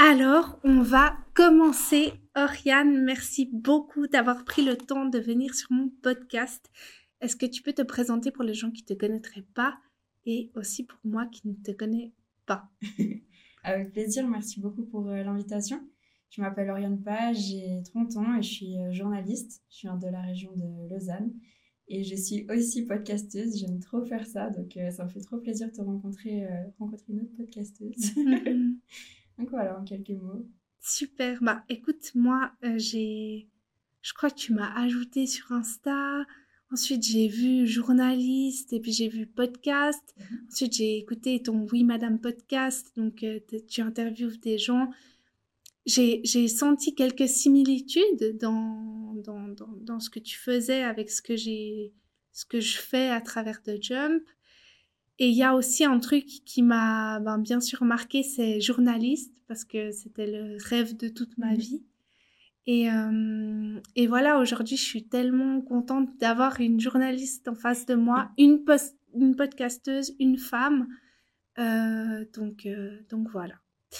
Alors, on va commencer. Oriane, merci beaucoup d'avoir pris le temps de venir sur mon podcast. Est-ce que tu peux te présenter pour les gens qui ne te connaîtraient pas et aussi pour moi qui ne te connais pas? Avec plaisir, merci beaucoup pour l'invitation. Je m'appelle Oriane Page, j'ai 30 ans et je suis journaliste. Je viens de la région de Lausanne et je suis aussi podcasteuse. J'aime trop faire ça, donc ça me fait trop plaisir de te rencontrer une autre podcasteuse. Mhm. Donc voilà, en quelques mots. Super. Bah, écoute, moi, je crois que tu m'as ajouté sur Insta. Ensuite, j'ai vu journaliste et puis j'ai vu podcast. Ensuite, j'ai écouté ton Oui Madame podcast. Donc, tu interviews des gens. J'ai senti quelques similitudes dans ce que tu faisais avec ce que je fais à travers The Jump. Et il y a aussi un truc qui m'a bien sûr marqué, c'est journaliste, parce que c'était le rêve de toute ma vie. Et voilà, aujourd'hui, je suis tellement contente d'avoir une journaliste en face de moi, une podcasteuse, une femme. Donc voilà.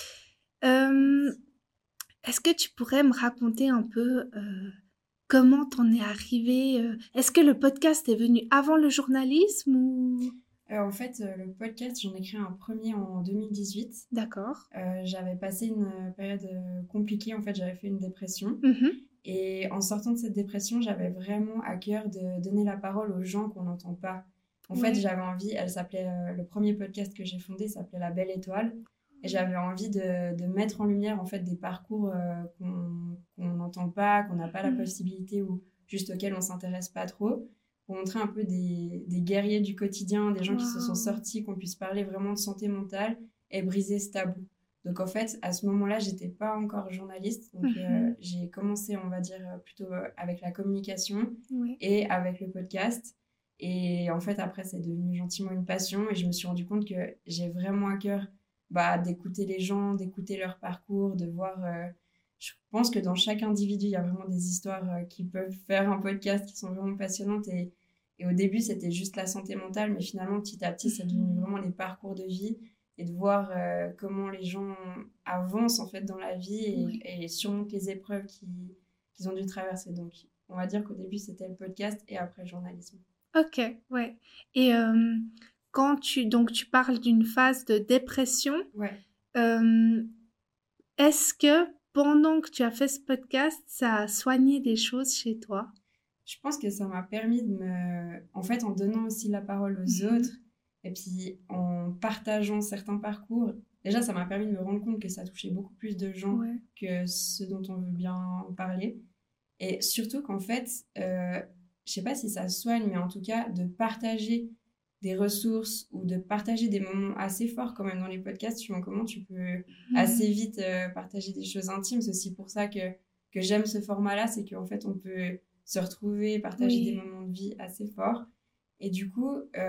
Euh, Est-ce que tu pourrais me raconter un peu comment t'en es arrivé Est-ce que le podcast est venu avant le journalisme ou... En fait, le podcast, j'en ai créé un premier en 2018. D'accord. J'avais passé une période compliquée, en fait, j'avais fait une dépression. Mhm. Et en sortant de cette dépression, j'avais vraiment à cœur de donner la parole aux gens qu'on n'entend pas. En fait, Ouais. j'avais envie, le premier podcast que j'ai fondé s'appelait La Belle Étoile. Et j'avais envie de mettre en lumière en fait des parcours qu'on n'entend pas, qu'on n'a pas la possibilité ou juste auxquels on s'intéresse pas trop, pour montrer un peu des guerriers du quotidien, des gens qui se sont sortis, qu'on puisse parler vraiment de santé mentale et briser ce tabou. Donc en fait, à ce moment-là, j'étais pas encore journaliste, donc j'ai commencé, on va dire, plutôt avec la communication Ouais. et avec le podcast. Et en fait, après, c'est devenu gentiment une passion et je me suis rendu compte que j'ai vraiment à cœur d'écouter les gens, d'écouter leur parcours, de voir... je pense que dans chaque individu, il y a vraiment des histoires qui peuvent faire un podcast, qui sont vraiment passionnantes. Et au début, c'était juste la santé mentale, mais finalement, petit à petit, c'est devenu vraiment les parcours de vie et de voir comment les gens avancent en fait dans la vie et surmontent les épreuves qu'ils ont dû traverser. Donc, on va dire qu'au début, c'était le podcast et après le journalisme. Ok, ouais. Et quand tu parles d'une phase de dépression, Ouais. euh, est-ce que pendant que tu as fait ce podcast, ça a soigné des choses chez toi? Je pense que ça m'a permis en fait, en donnant aussi la parole aux autres et puis en partageant certains parcours, déjà, ça m'a permis de me rendre compte que ça touchait beaucoup plus de gens Ouais. que ce dont on veut bien parler. Et surtout qu'en fait, je sais pas si ça soigne, mais en tout cas, de partager des ressources ou de partager des moments assez forts quand même dans les podcasts, suivant comment tu peux assez vite partager des choses intimes. C'est aussi pour ça que j'aime ce format-là, c'est qu'en fait, on peut se retrouver, partager des moments de vie assez forts. Et du coup,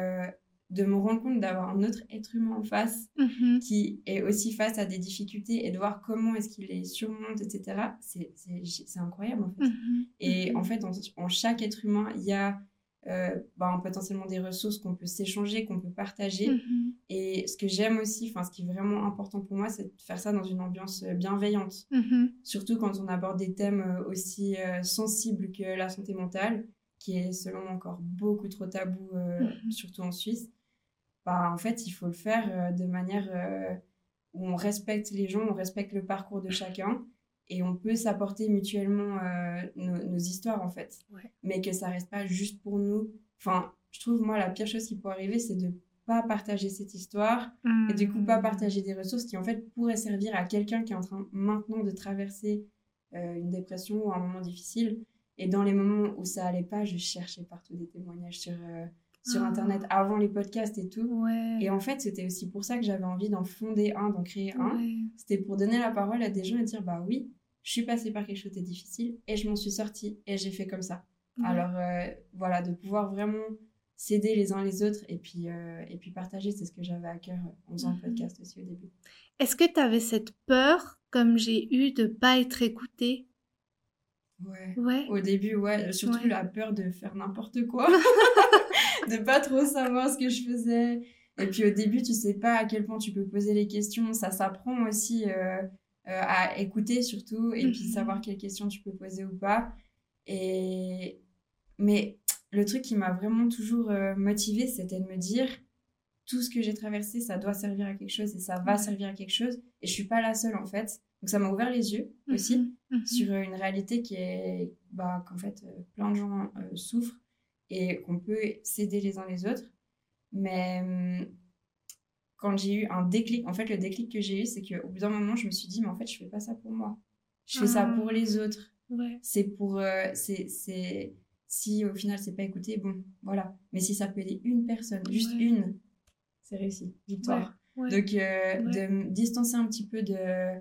de me rendre compte d'avoir un autre être humain en face qui est aussi face à des difficultés et de voir comment est-ce qu'il les surmonte, etc. C'est incroyable en fait. Et en fait, en chaque être humain, il y a potentiellement des ressources qu'on peut s'échanger, qu'on peut partager. Et ce que j'aime aussi, ce qui est vraiment important pour moi, c'est de faire ça dans une ambiance bienveillante. Surtout quand on aborde des thèmes aussi sensibles que la santé mentale, qui est selon moi encore beaucoup trop tabou, surtout en Suisse. En fait, il faut le faire de manière où on respecte les gens, on respecte le parcours de chacun et on peut s'apporter mutuellement nos histoires, en fait. Ouais. Mais que ça reste pas juste pour nous. Enfin, je trouve, moi, la pire chose qui pourrait arriver, c'est de pas partager cette histoire et du coup pas partager des ressources qui, en fait, pourraient servir à quelqu'un qui est en train maintenant de traverser une dépression ou un moment difficile. Et dans les moments où ça allait pas, je cherchais partout des témoignages sur Internet avant les podcasts et tout. Ouais. Et en fait, c'était aussi pour ça que j'avais envie d'en créer un. Ouais. C'était pour donner la parole à des gens et dire, bah oui, je suis passée par quelque chose de difficile et je m'en suis sortie et j'ai fait comme ça. Ouais. Alors voilà, de pouvoir vraiment s'aider les uns les autres et puis partager, c'est ce que j'avais à cœur en faisant le podcast aussi au début. Est-ce que tu avais cette peur, comme j'ai eu, de pas être écoutée? Ouais. Au début, ouais. Surtout la peur de faire n'importe quoi. De pas trop savoir ce que je faisais. Et puis au début, tu sais pas à quel point tu peux poser les questions. Ça s'apprend aussi à écouter surtout, et puis savoir quelles questions tu peux poser ou pas. Mais le truc qui m'a vraiment toujours motivée, c'était de me dire, tout ce que j'ai traversé, ça doit servir à quelque chose et ça va servir à quelque chose. Et je suis pas la seule, en fait. Donc ça m'a ouvert les yeux aussi sur une réalité qui est qu'en fait, plein de gens souffrent et qu'on peut s'aider les uns les autres. Mais quand j'ai eu un déclic, en fait, le déclic que j'ai eu, c'est qu'au bout d'un moment, je me suis dit, mais en fait, je fais pas ça pour moi. Je fais ça pour les autres. Ouais. C'est pour... Si au final, c'est pas écouté, bon, voilà. Mais si ça peut aider une personne, juste une, c'est réussi, victoire. Ouais. Donc, de me distancer un petit peu de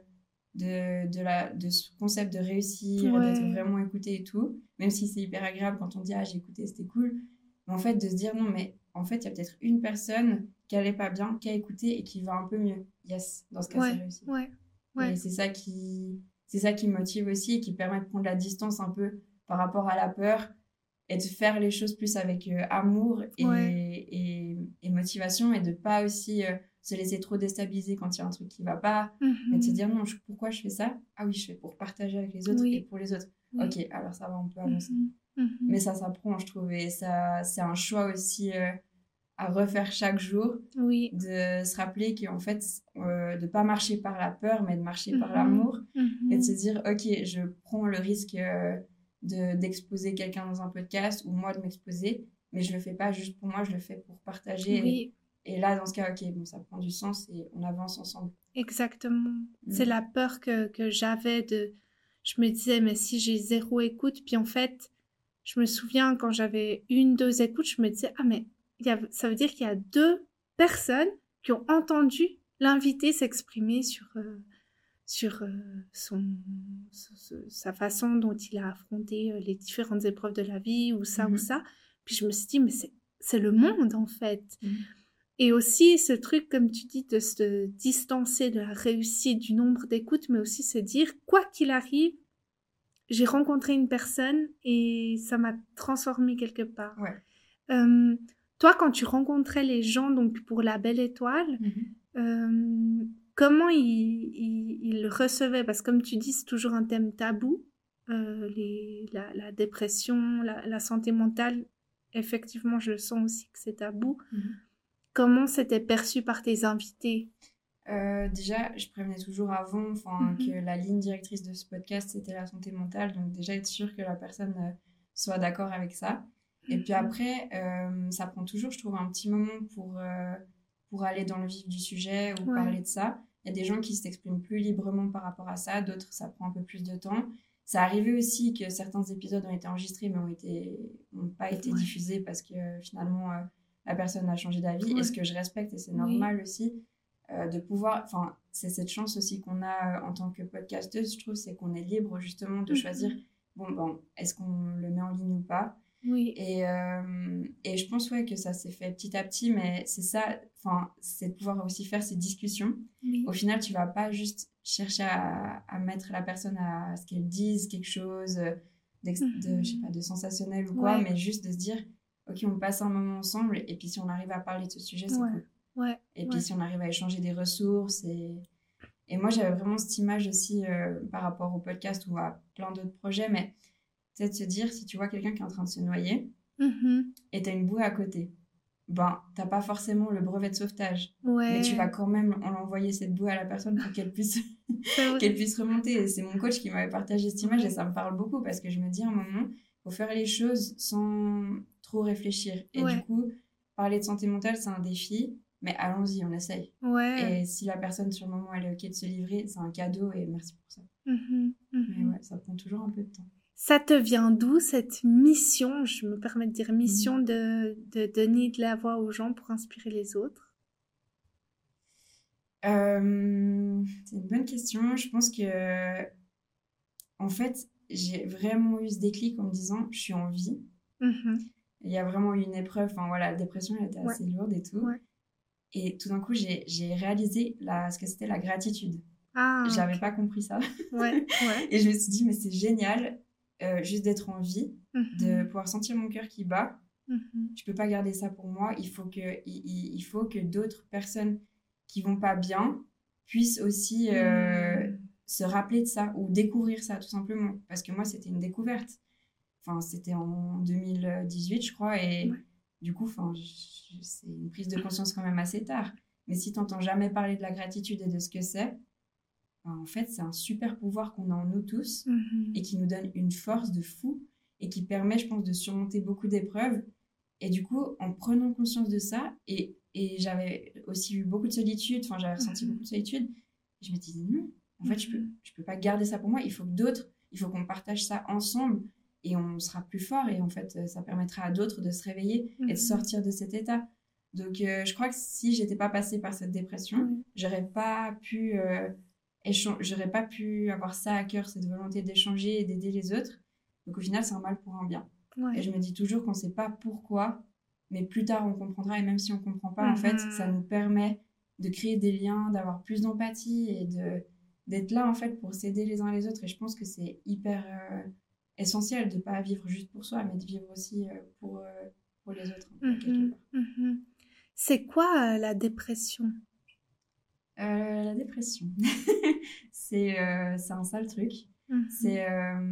ce concept de réussir, d'être vraiment écouté et tout, même si c'est hyper agréable quand on dit « Ah, j'ai écouté, c'était cool », mais en fait, de se dire « Non, mais en fait, il y a peut-être une personne qui allait pas bien, qui a écouté et qui va un peu mieux. » Yes, dans ce cas, c'est réussi. Et c'est ça qui me motive aussi et qui permet de prendre la distance un peu par rapport à la peur et de faire les choses plus avec amour et motivation, et de pas aussi se laisser trop déstabiliser quand il y a un truc qui va pas, mais de se dire non, pourquoi je fais ça? Ah oui, je fais pour partager avec les autres et pour les autres. Ok, alors ça va, on peut avancer. Mais ça s'apprend, je trouve, et ça, c'est un choix aussi à refaire chaque jour, de se rappeler qu'en fait, de pas marcher par la peur, mais de marcher par l'amour, et de se dire, ok, je prends le risque d'exposer quelqu'un dans un podcast, ou moi de m'exposer, mais je le fais pas juste pour moi, je le fais pour partager. Et là, dans ce cas, ok, bon, ça prend du sens et on avance ensemble. Exactement. C'est la peur que j'avais de... Je me disais, mais si j'ai 0 écoute, puis en fait, je me souviens quand j'avais 1-2 écoutes, je me disais, ah mais ça veut dire qu'il y a 2 personnes qui ont entendu l'invité s'exprimer sur sa façon dont il a affronté les différentes épreuves de la vie, ou ça ou ça. Puis je me suis dit, mais c'est le monde en fait. Et aussi ce truc, comme tu dis, de se distancer de la réussite, du nombre d'écoutes, mais aussi se dire, quoi qu'il arrive, j'ai rencontré une personne et ça m'a transformée quelque part. Toi, quand tu rencontrais les gens donc pour La Belle Étoile, comment ils le recevaient? Parce que comme tu dis, c'est toujours un thème tabou, la dépression, la santé mentale. Effectivement, je le sens aussi que c'est tabou. Comment c'était perçu par tes invités? Déjà, je prévenais toujours avant que la ligne directrice de ce podcast, c'était la santé mentale. Donc déjà, être sûr que la personne soit d'accord avec ça. Et puis après, ça prend toujours, je trouve, un petit moment pour aller dans le vif du sujet ou parler de ça. Il y a des gens qui s'expriment plus librement par rapport à ça, d'autres, ça prend un peu plus de temps. Ça arrivait aussi que certains épisodes ont été enregistrés, mais n'ont pas été diffusés parce que finalement, la personne a changé d'avis. Et ce que je respecte, et c'est normal aussi, de pouvoir... Enfin, c'est cette chance aussi qu'on a en tant que podcasteuse, je trouve, c'est qu'on est libre justement de choisir, bon, est-ce qu'on le met en ligne ou pas? Et je pense que ça s'est fait petit à petit, mais c'est ça, c'est de pouvoir aussi faire ces discussions. Au final, tu vas pas juste chercher à mettre la personne à ce qu'elle dise quelque chose je sais pas, de sensationnel ou quoi, mais juste de se dire, ok, on passe un moment ensemble, et puis si on arrive à parler de ce sujet, c'est cool. Et puis si on arrive à échanger des ressources, et moi j'avais vraiment cette image aussi par rapport au podcast ou à plein d'autres projets, mais c'est de se dire, si tu vois quelqu'un qui est en train de se noyer et t'as une bouée à côté, t'as pas forcément le brevet de sauvetage, mais tu vas quand même envoyer cette bouée à la personne pour qu'elle puisse qu'elle puisse remonter. Et c'est mon coach qui m'avait partagé cette image, et ça me parle beaucoup parce que je me dis à un moment, il faut faire les choses sans trop réfléchir. Et du coup, parler de santé mentale, c'est un défi, mais allons-y, on essaye. Et si la personne sur le moment elle est ok de se livrer, c'est un cadeau, et merci pour ça. Mais ça prend toujours un peu de temps. Ça te vient d'où cette mission, je me permets de dire mission, de donner de la voix aux gens pour inspirer les autres? C'est une bonne question. Je pense que, en fait, j'ai vraiment eu ce déclic en me disant, je suis en vie. Il y a vraiment eu une épreuve. La dépression, elle était assez lourde et tout. Et tout d'un coup, j'ai réalisé ce que c'était la gratitude. Je n'avais pas compris ça. Et je me suis dit, mais c'est génial, juste d'être en vie, de pouvoir sentir mon cœur qui bat. Je peux pas garder ça pour moi. Il faut que d'autres personnes qui vont pas bien puissent aussi se rappeler de ça ou découvrir ça, tout simplement. Parce que moi, c'était une découverte. Enfin, c'était en 2018, je crois, et du coup, c'est une prise de conscience quand même assez tard. Mais si tu n'entends jamais parler de la gratitude et de ce que c'est, en fait, c'est un super pouvoir qu'on a en nous tous et qui nous donne une force de fou et qui permet, je pense, de surmonter beaucoup d'épreuves. Et du coup, en prenant conscience de ça, et j'avais aussi eu beaucoup de solitude, enfin, j'avais ressenti beaucoup de solitude, et je me disais non, en fait, je peux pas garder ça pour moi, il faut qu'on partage ça ensemble et on sera plus fort et en fait, ça permettra à d'autres de se réveiller et de sortir de cet état. Donc, je crois que si j'étais pas passée par cette dépression, j'aurais pas pu avoir ça à cœur, cette volonté d'échanger et d'aider les autres. Donc au final, c'est un mal pour un bien. Et je me dis toujours qu'on ne sait pas pourquoi, mais plus tard on comprendra. Et même si on ne comprend pas, en fait, ça nous permet de créer des liens, d'avoir plus d'empathie et d'être là en fait pour s'aider les uns les autres. Et je pense que c'est hyper essentiel de ne pas vivre juste pour soi, mais de vivre aussi pour les autres, quelque part. C'est quoi la dépression? La dépression, c'est un sale truc. C'est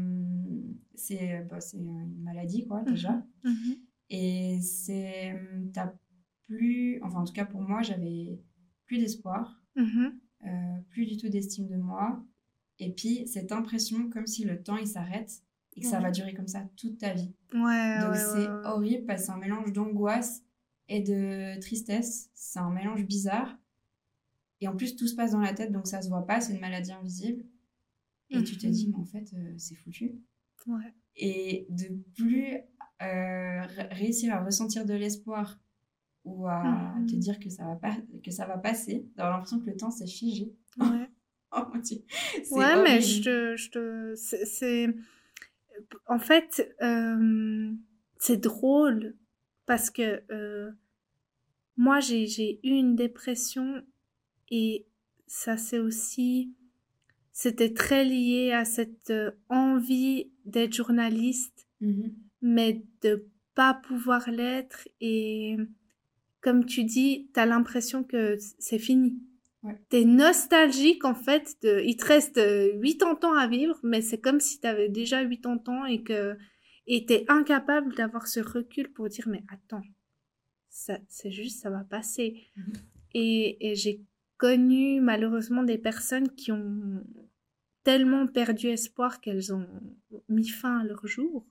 une maladie, quoi, déjà. Et t'as plus, enfin en tout cas pour moi, j'avais plus d'espoir, plus du tout d'estime de moi. Et puis cette impression comme si le temps il s'arrête et que ça va durer comme ça toute ta vie. Donc c'est horrible parce que c'est un mélange d'angoisse et de tristesse. C'est un mélange bizarre. Et en plus, tout se passe dans la tête, donc ça se voit pas, c'est une maladie invisible. Et tu te dis, mais en fait, c'est foutu. Et de plus réussir à ressentir de l'espoir ou à te dire que ça va passer, d'avoir l'impression que le temps s'est figé. Oh mon Dieu, c'est horrible. Mais c'est... En fait, c'est drôle parce que moi, j'ai eu une dépression et ça c'est aussi... C'était très lié à cette envie d'être journaliste, mais de pas pouvoir l'être. Et comme tu dis, t'as l'impression que c'est fini. T'es nostalgique en fait. Il te reste 80 ans à vivre, mais c'est comme si t'avais déjà 80 ans et t'es incapable d'avoir ce recul pour dire mais attends, c'est juste, ça va passer. Et j'ai connu malheureusement des personnes qui ont tellement perdu espoir qu'elles ont mis fin à leur jour.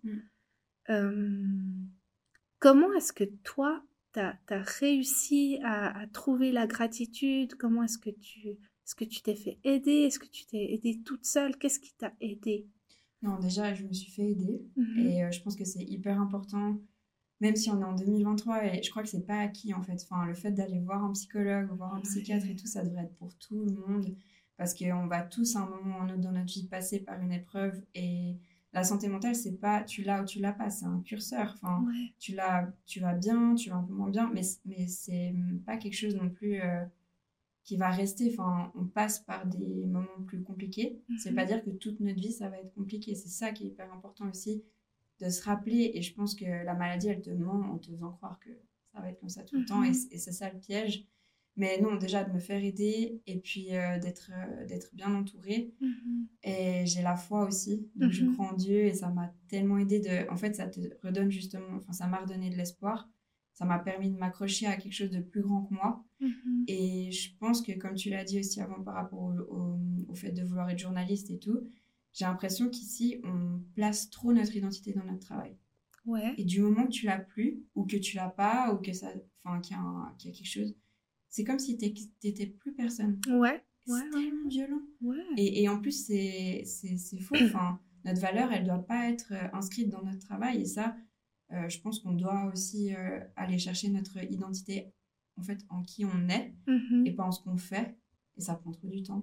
Comment est-ce que toi, t'as réussi à trouver la gratitude? Comment est-ce que tu t'es fait aider? Est-ce que tu t'es aidée toute seule? Qu'est-ce qui t'a aidée? Non, déjà, je me suis fait aider. Et je pense que c'est hyper important, même si on est en 2023, et je crois que c'est pas acquis, en fait. Enfin, le fait d'aller voir un psychologue ou voir un psychiatre et tout, ça devrait être pour tout le monde. Parce qu'on va tous, à un moment ou un autre dans notre vie, passer par une épreuve. Et la santé mentale, c'est pas tu l'as ou tu l'as pas, c'est un curseur. Enfin, tu vas bien, tu vas un peu moins bien, mais c'est pas quelque chose non plus qui va rester. Enfin, on passe par des moments plus compliqués. Ça veut pas dire que toute notre vie, ça va être compliqué. C'est ça qui est hyper important aussi, de se rappeler. Et je pense que la maladie, elle te ment en te faisant croire que ça va être comme ça tout le temps. Et c'est ça le piège. Mais non, déjà de me faire aider et puis d'être bien entourée. Et j'ai la foi aussi, donc je crois en Dieu et ça m'a tellement aidée. En fait, ça te redonne justement, enfin ça m'a redonné de l'espoir, ça m'a permis de m'accrocher à quelque chose de plus grand que moi. Et je pense que comme tu l'as dit aussi avant par rapport au fait de vouloir être journaliste et tout, j'ai l'impression qu'ici on place trop notre identité dans notre travail. Et du moment que tu l'as plus ou que tu l'as pas ou que ça, enfin qu'il y a quelque chose, c'est comme si t'étais plus personne. C'est tellement violent. Et en plus, c'est faux. Enfin, notre valeur, elle doit pas être inscrite dans notre travail. Et ça, je pense qu'on doit aussi aller chercher notre identité, en fait, en qui on est et pas en ce qu'on fait. Et ça prend trop du temps.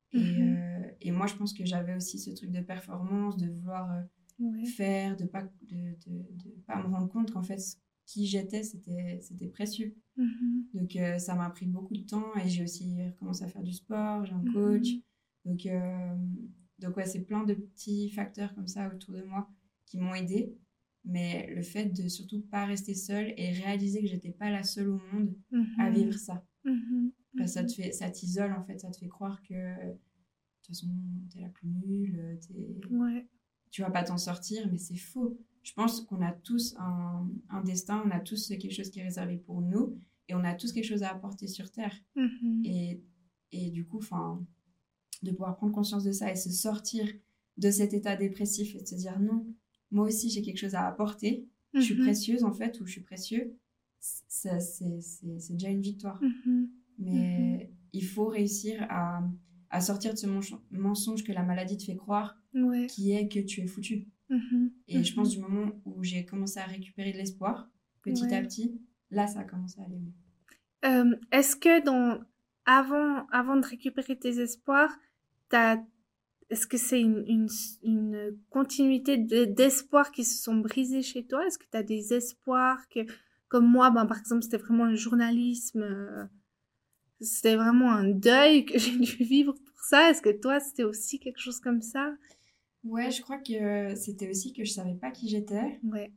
Et moi, je pense que j'avais aussi ce truc de performance, de vouloir faire, de pas me rendre compte qu'en fait, qui j'étais, c'était précieux. Donc ça m'a pris beaucoup de temps et j'ai aussi recommencé à faire du sport, j'ai un coach. Donc ouais, c'est plein de petits facteurs comme ça autour de moi qui m'ont aidée. Mais le fait de surtout pas rester seule et réaliser que j'étais pas la seule au monde à vivre ça. Ça t'isole en fait, ça te fait croire que façon, t'es la plus nulle, Ouais. tu vas pas t'en sortir, mais c'est faux. Je pense qu'on a tous un destin, on a tous quelque chose qui est réservé pour nous, et on a tous quelque chose à apporter sur Terre. Et du coup, enfin, de pouvoir prendre conscience de ça et se sortir de cet état dépressif et de se dire non, moi aussi j'ai quelque chose à apporter, je suis précieuse en fait, ou je suis précieux, c'est déjà une victoire. Mais il faut réussir à sortir de ce mensonge que la maladie te fait croire, qui est que tu es foutu. Et je pense du moment où j'ai commencé à récupérer de l'espoir, petit à petit, là ça a commencé à aller mieux. Est-ce que avant de récupérer tes espoirs, est-ce que c'est une continuité d'espoirs qui se sont brisés chez toi? Est-ce que tu as des espoirs comme moi, par exemple, c'était vraiment le journalisme, c'était vraiment un deuil que j'ai dû vivre pour ça. Est-ce que toi, c'était aussi quelque chose comme ça? Ouais, je crois que c'était aussi que je savais pas qui j'étais. Ouais.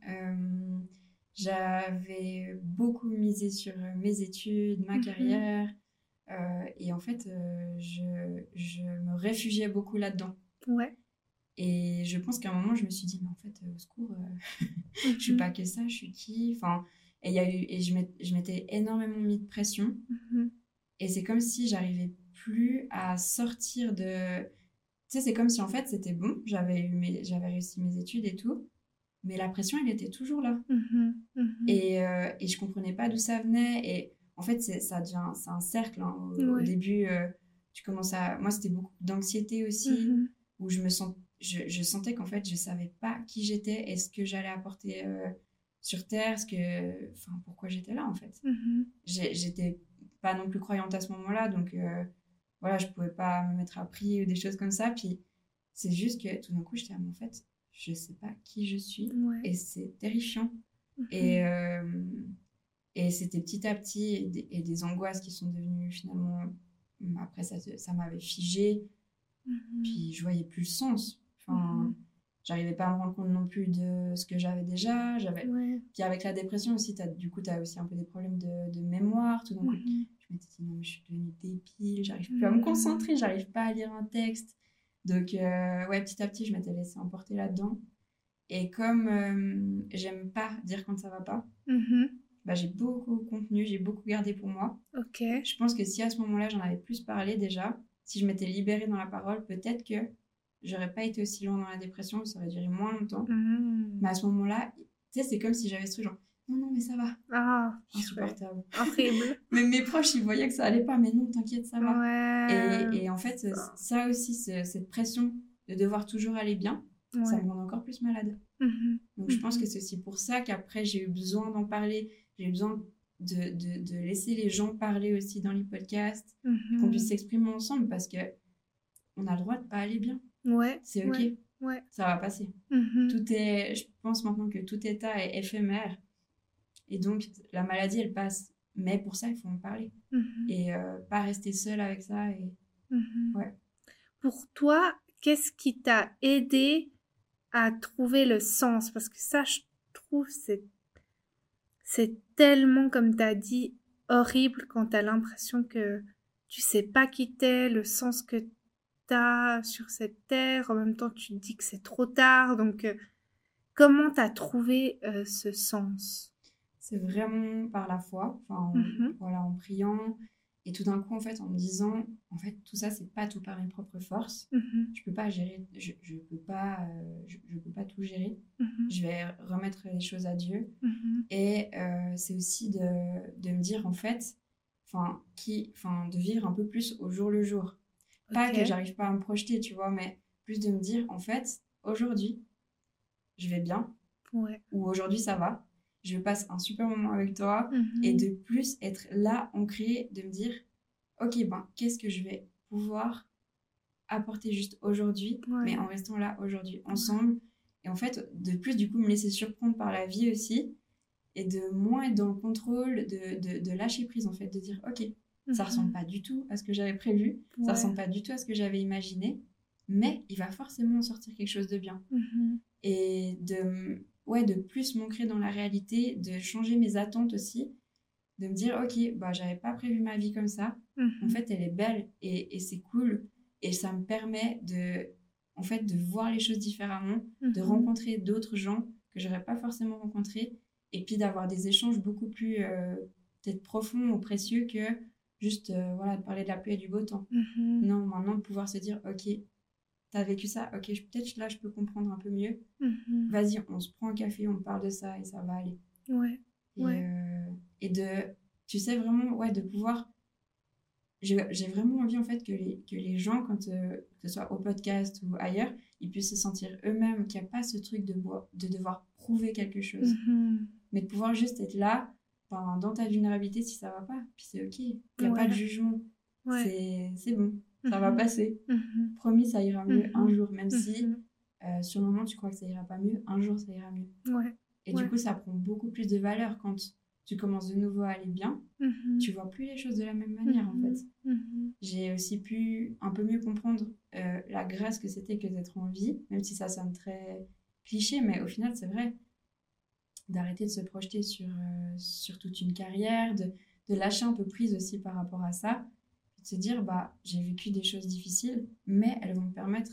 J'avais beaucoup misé sur mes études, ma carrière. Et en fait, je me réfugiais beaucoup là-dedans. Ouais. Et je pense qu'à un moment, je me suis dit, mais en fait, au secours, je suis pas que ça, je suis qui? Enfin, et je m'étais énormément mis de pression. Et c'est comme si j'arrivais plus à sortir de... Tu sais, c'est comme si en fait, c'était bon, j'avais réussi mes études et tout, mais la pression, elle était toujours là. Et je comprenais pas d'où ça venait. Et en fait, c'est un cercle. Hein. Au début, tu commences à... Moi, c'était beaucoup d'anxiété aussi, où je sentais qu'en fait, je savais pas qui j'étais et ce que j'allais apporter sur Terre, pourquoi j'étais là, en fait. J'étais pas non plus croyante à ce moment-là, donc voilà, je pouvais pas me mettre à prier ou des choses comme ça. Puis c'est juste que tout d'un coup, j'étais en fait, je sais pas qui je suis et c'est terrifiant. Et c'était petit à petit et des angoisses qui sont devenues finalement... Après, ça m'avait figé. Puis je voyais plus le sens. Enfin, j'arrivais pas à me rendre compte non plus de ce que j'avais déjà. Puis avec la dépression aussi, t'as aussi un peu des problèmes de mémoire. Tout d'un coup, je m'étais dit non, mais je suis devenue débile, j'arrive plus à me concentrer, j'arrive pas à lire un texte. Donc, petit à petit, je m'étais laissée emporter là-dedans. Et comme j'aime pas dire quand ça va pas, j'ai beaucoup contenu, j'ai beaucoup gardé pour moi. Je pense que si à ce moment-là, j'en avais plus parlé déjà, si je m'étais libérée dans la parole, peut-être que j'aurais pas été aussi loin dans la dépression, ça aurait duré moins longtemps. Mais à ce moment-là, tu sais, c'est comme si j'avais ce truc genre, non, mais ça va. Ah, insupportable. Horrible. Mais mes proches, ils voyaient que ça allait pas, mais non, t'inquiète, ça va. Et en fait, ça aussi, cette pression de devoir toujours aller bien, ça me rend encore plus malade. Donc je pense que c'est aussi pour ça qu'après, j'ai eu besoin d'en parler, j'ai eu besoin de laisser les gens parler aussi dans les podcasts, qu'on puisse s'exprimer ensemble, parce que on a le droit de pas aller bien. C'est ok, ça va passer. Je pense maintenant que tout état est éphémère, et donc la maladie elle passe, mais pour ça il faut en parler et pas rester seul avec ça. Et Pour toi, qu'est-ce qui t'a aidé à trouver le sens? Parce que ça, je trouve, c'est tellement, comme t'as dit, horrible quand t'as l'impression que tu sais pas qui t'es, le sens que t'as sur cette terre. En même temps, tu te dis que c'est trop tard. Donc, comment t'as trouvé ce sens? C'est vraiment par la foi, en priant. Et tout d'un coup, en fait, en me disant, en fait, tout ça, c'est pas tout par mes propres forces. Je peux pas gérer, je peux pas tout gérer. Je vais remettre les choses à Dieu. Et c'est aussi de me dire, en fait, de vivre un peu plus au jour le jour. Pas que j'arrive pas à me projeter, tu vois, mais plus de me dire, en fait, aujourd'hui, je vais bien. Ou aujourd'hui, ça va. Je passe un super moment avec toi, et de plus être là, ancré, de me dire, ok, qu'est-ce que je vais pouvoir apporter juste aujourd'hui, mais en restant là aujourd'hui, ensemble. Et en fait, de plus, du coup, me laisser surprendre par la vie aussi, et de moins être dans le contrôle, de lâcher prise, en fait, de dire, ok, ça ressemble pas du tout à ce que j'avais prévu, ça ressemble pas du tout à ce que j'avais imaginé, mais il va forcément en sortir quelque chose de bien. Et de plus m'ancrer dans la réalité, de changer mes attentes aussi, de me dire, ok, j'avais pas prévu ma vie comme ça, en fait, elle est belle et c'est cool. Et ça me permet en fait, de voir les choses différemment, de Mhm. rencontrer d'autres gens que j'aurais pas forcément rencontrés, et puis d'avoir des échanges beaucoup plus peut-être profonds ou précieux que juste voilà, de parler de la pluie et du beau temps. Mhm. Non, maintenant de pouvoir se dire, ok, t'as vécu ça, ok, peut-être là je peux comprendre un peu mieux. Mhm. Vas-y, on se prend un café, on parle de ça et ça va aller. Ouais, Et, ouais. et de, tu sais, vraiment, ouais, de pouvoir. J'ai vraiment envie, en fait, que les gens, quand, que ce soit au podcast ou ailleurs, ils puissent se sentir eux-mêmes, qu'il n'y a pas ce truc de devoir prouver quelque chose, Mhm. mais de pouvoir juste être là, enfin, dans ta vulnérabilité si ça va pas. Puis c'est ok, il n'y a pas de Ouais, jugement. ouais. C'est bon, ça va Mhm. passer. Mhm. Promis, ça ira mieux un Mhm. jour, même si Mhm. sur le moment tu crois que ça ira pas mieux, un jour ça ira mieux. Ouais, Et du ouais. coup, ça prend beaucoup plus de valeur quand tu commences de nouveau à aller bien. Mhm. Tu vois plus les choses de la même manière, en fait. Mhm. Mhm. J'ai aussi pu un peu mieux comprendre la grâce que c'était que d'être en vie, même si ça sonne très cliché, mais au final, c'est vrai, d'arrêter de se projeter sur toute une carrière, de lâcher un peu prise aussi par rapport à ça, de se dire, bah, j'ai vécu des choses difficiles, mais elles vont me permettre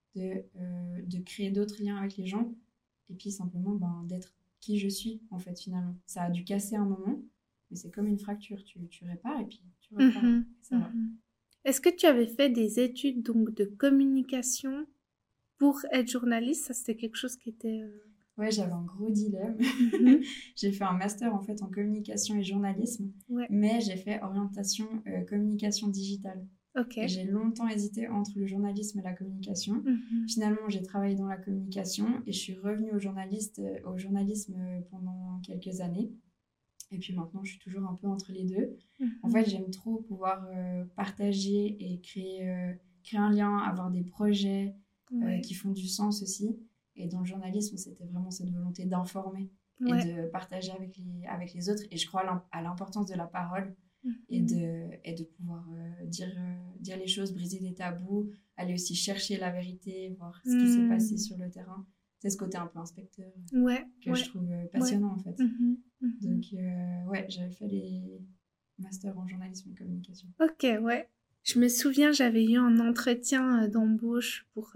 de créer d'autres liens avec les gens, et puis simplement ben, d'être qui je suis, en fait, finalement. Ça a dû casser un moment, mais c'est comme une fracture, tu répares, et puis tu repars, Mhm. et ça va. Mhm. Est-ce que tu avais fait des études donc de communication pour être journaliste? Ça, c'était quelque chose qui était... Ouais, j'avais un gros dilemme. Mhm. J'ai fait un master en fait en communication et journalisme, Ouais, mais j'ai fait orientation communication digitale. ok. Et j'ai longtemps hésité entre le journalisme et la communication. Mhm. Finalement, j'ai travaillé dans la communication et je suis revenue au journalisme pendant quelques années. Et puis maintenant, je suis toujours un peu entre les deux. En fait, Mhm. j'aime trop pouvoir partager et créer un lien, avoir des projets Ouais, qui font du sens aussi. Et dans le journalisme, c'était vraiment cette volonté d'informer et ouais. de partager avec les autres. Et je crois à l'importance de la parole Mhm. et de pouvoir dire les choses, briser des tabous, aller aussi chercher la vérité, voir ce qui s'est passé Mhm. sur le terrain. C'est ce côté un peu inspecteur Ouais, que je ouais, trouve ouais. passionnant en fait. Mhm. Donc, Mhm. ouais, j'avais fait les masters en journalisme et communication. Ok, ouais. Je me souviens, j'avais eu un entretien d'embauche pour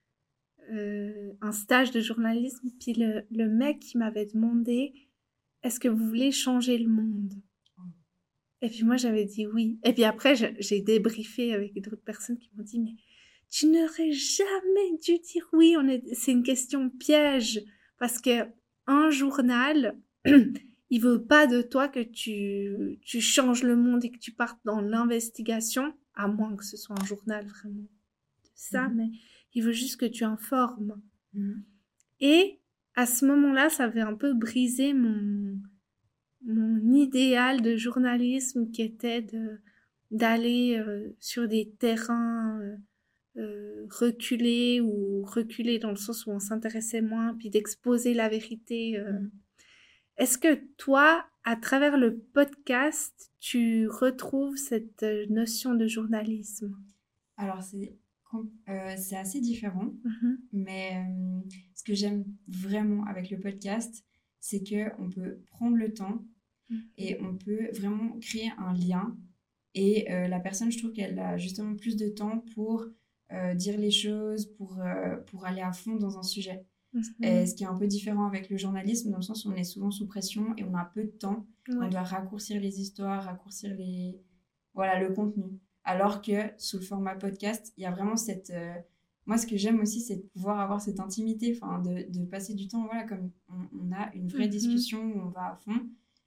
un stage de journalisme, puis le mec qui m'avait demandé, est-ce que vous voulez changer le monde? Et puis moi, j'avais dit oui. Et puis après, j'ai débriefé avec d'autres personnes qui m'ont dit, mais tu n'aurais jamais dû dire oui. C'est une question piège. Parce que un journal, il veut pas de toi que tu changes le monde et que tu partes dans l'investigation, à moins que ce soit un journal vraiment de ça, Mhm. mais il veut juste que tu informes. Mhm. Et à ce moment-là, ça avait un peu brisé mon idéal de journalisme qui était d'aller sur des terrains reculés ou reculés dans le sens où on s'intéressait moins, puis d'exposer la vérité. Mhm. Est-ce que toi, à travers le podcast, tu retrouves cette notion de journalisme? Alors, c'est assez différent, Mhm, mais ce que j'aime vraiment avec le podcast, c'est qu'on peut prendre le temps mhm, et on peut vraiment créer un lien. Et la personne, je trouve qu'elle a justement plus de temps pour dire les choses, pour aller à fond dans un sujet. Et mhm. ce qui est un peu différent avec le journalisme, dans le sens où on est souvent sous pression et on a peu de temps. On Ouais. doit raccourcir les histoires, raccourcir voilà, le contenu. Alors que sous le format podcast, il y a vraiment cette... Moi, ce que j'aime aussi, c'est de pouvoir avoir cette intimité, enfin, de passer du temps, voilà, comme on a une vraie Mhm, discussion où on va à fond.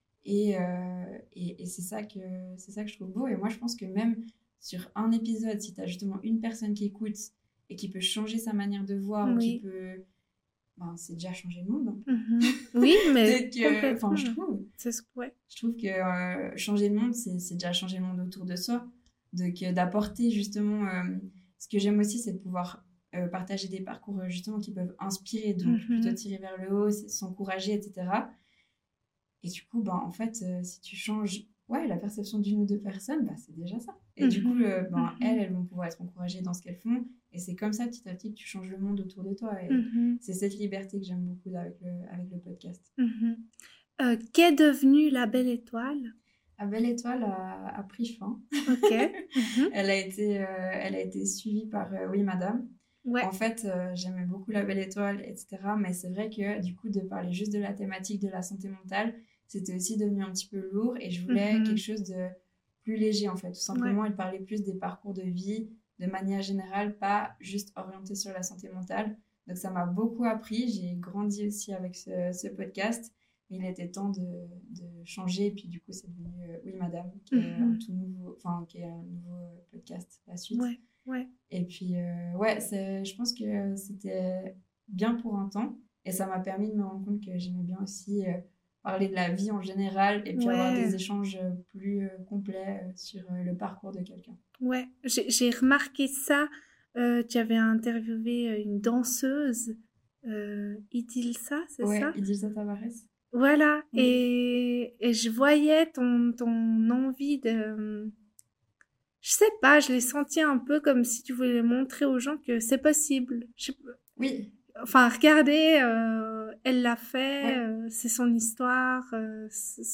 Et c'est ça que je trouve beau. Et moi, je pense que même sur un épisode, si tu as justement une personne qui écoute et qui peut changer sa manière de voir ou qui oui. peut ben, c'est déjà changé le monde un peu. Mhm. Oui, mais Peut-être que, enfin, complètement. Ouais. je trouve que changer le monde, c'est déjà changer le monde autour de soi. Donc, d'apporter justement, ce que j'aime aussi, c'est de pouvoir partager des parcours justement qui peuvent inspirer, donc plutôt Mhm, tirer vers le haut, s'encourager, etc. Et du coup, ben, en fait, si tu changes ouais, la perception d'une ou deux personnes, bah, c'est déjà ça. Et du coup, mhm, ben, mhm, elles vont pouvoir être encouragées dans ce qu'elles font. Et c'est comme ça, petit à petit, que tu changes le monde autour de toi. Et mhm, c'est cette liberté que j'aime beaucoup avec le podcast. mhm. Qu'est devenue la belle étoile? Belle Étoile a pris fin. Ok. Mhm. Elle a été suivie par Oui Madame. Ouais. En fait, j'aimais beaucoup La Belle Étoile, etc. Mais c'est vrai que du coup, de parler juste de la thématique de la santé mentale, c'était aussi devenu un petit peu lourd et je voulais quelque chose de plus léger en fait. Tout simplement, Ouais. elle parlait plus des parcours de vie de manière générale, pas juste orienté sur la santé mentale. Donc ça m'a beaucoup appris. J'ai grandi aussi avec ce podcast. Il était temps de changer. Et puis du coup, c'est devenu Oui Madame, qui est un tout nouveau, enfin qui est un nouveau podcast la suite. Ouais. Ouais. Et puis ouais, je pense que c'était bien pour un temps. Et ça m'a permis de me rendre compte que j'aimais bien aussi parler de la vie en général et puis avoir des Ouais. échanges plus complets sur le parcours de quelqu'un. Ouais. J'ai remarqué ça. Tu avais interviewé une danseuse, Idilsa, c'est Ouais, ça? Idrissa Tavares. Voilà. Oui, Et je voyais ton envie de... Je sais pas, je l'ai senti un peu comme si tu voulais montrer aux gens que c'est possible. oui, Enfin, regardez, elle l'a fait, ouais. c'est son histoire, c'est